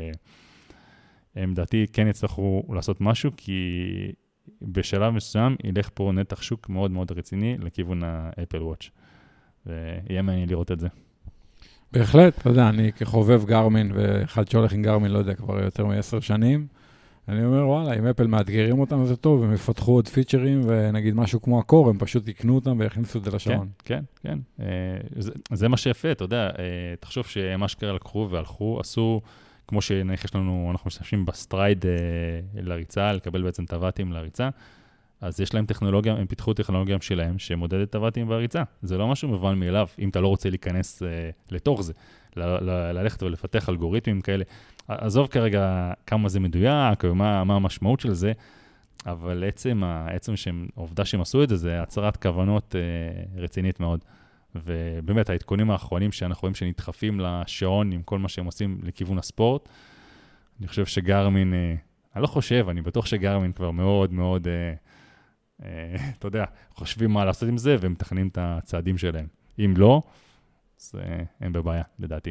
בעמדתי כן יצטרכו לעשות משהו, כי בשלב מסוים ילך פה נתח שוק מאוד מאוד רציני לכיוון האפל וואץ'. ויהיה מעניין לראות את זה. בהחלט, אתה יודע, אני כחובב גרמין, ואחד שהולך עם גרמין, לא יודע, כבר יותר מעשר שנים, אני אומר, וואלה, אם אפל מאתגרים אותם, זה טוב, הם יפתחו עוד פיצ'רים, ונגיד משהו כמו הקור, הם פשוט יקנו אותם ויכניסו את זה לשעון. כן, כן, כן. זה, זה מה שיפה, אתה יודע, תחשוב שמה שקרה לקחו והלכו, עשו, כמו שיש לנו, אנחנו משתמשים בסטרייד לריצה, לקבל בעצם טבעתים לריצה, אז יש להם טכנולוגיה, הם פיתחו טכנולוגיה שלהם, שמודדת טבעתים בריצה. זה לא משהו מבן מאליו, אם אתה לא רוצה להיכנס לתוך זה, ללכת ולפתח אלגוריתמים כאלה. עזוב כרגע כמה זה מדויק, ומה מה המשמעות של זה, אבל עצם, העצם העובדה שהם עשו את זה, זה הצהרת כוונות אה, רצינית מאוד. ובאמת, העדכונים האחרונים שאנחנו רואים שנדחפים לשעון עם כל מה שהם עושים לכיוון הספורט, אני חושב שגרמין, אה, אני לא חושב, אני בטוח שגרמין כבר מאוד מאוד, אה, אה, אתה יודע, חושבים מה לעשות עם זה, ומתכננים את הצעדים שלהם. אם לא, אז אה, הם בבעיה, לדעתי.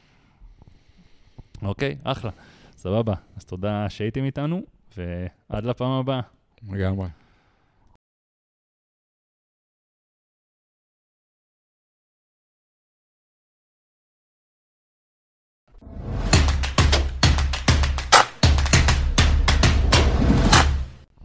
אוקיי, אחלה. סבבה. אז תודה שהייתם איתנו, ועד לפעם הבאה. לגמרי.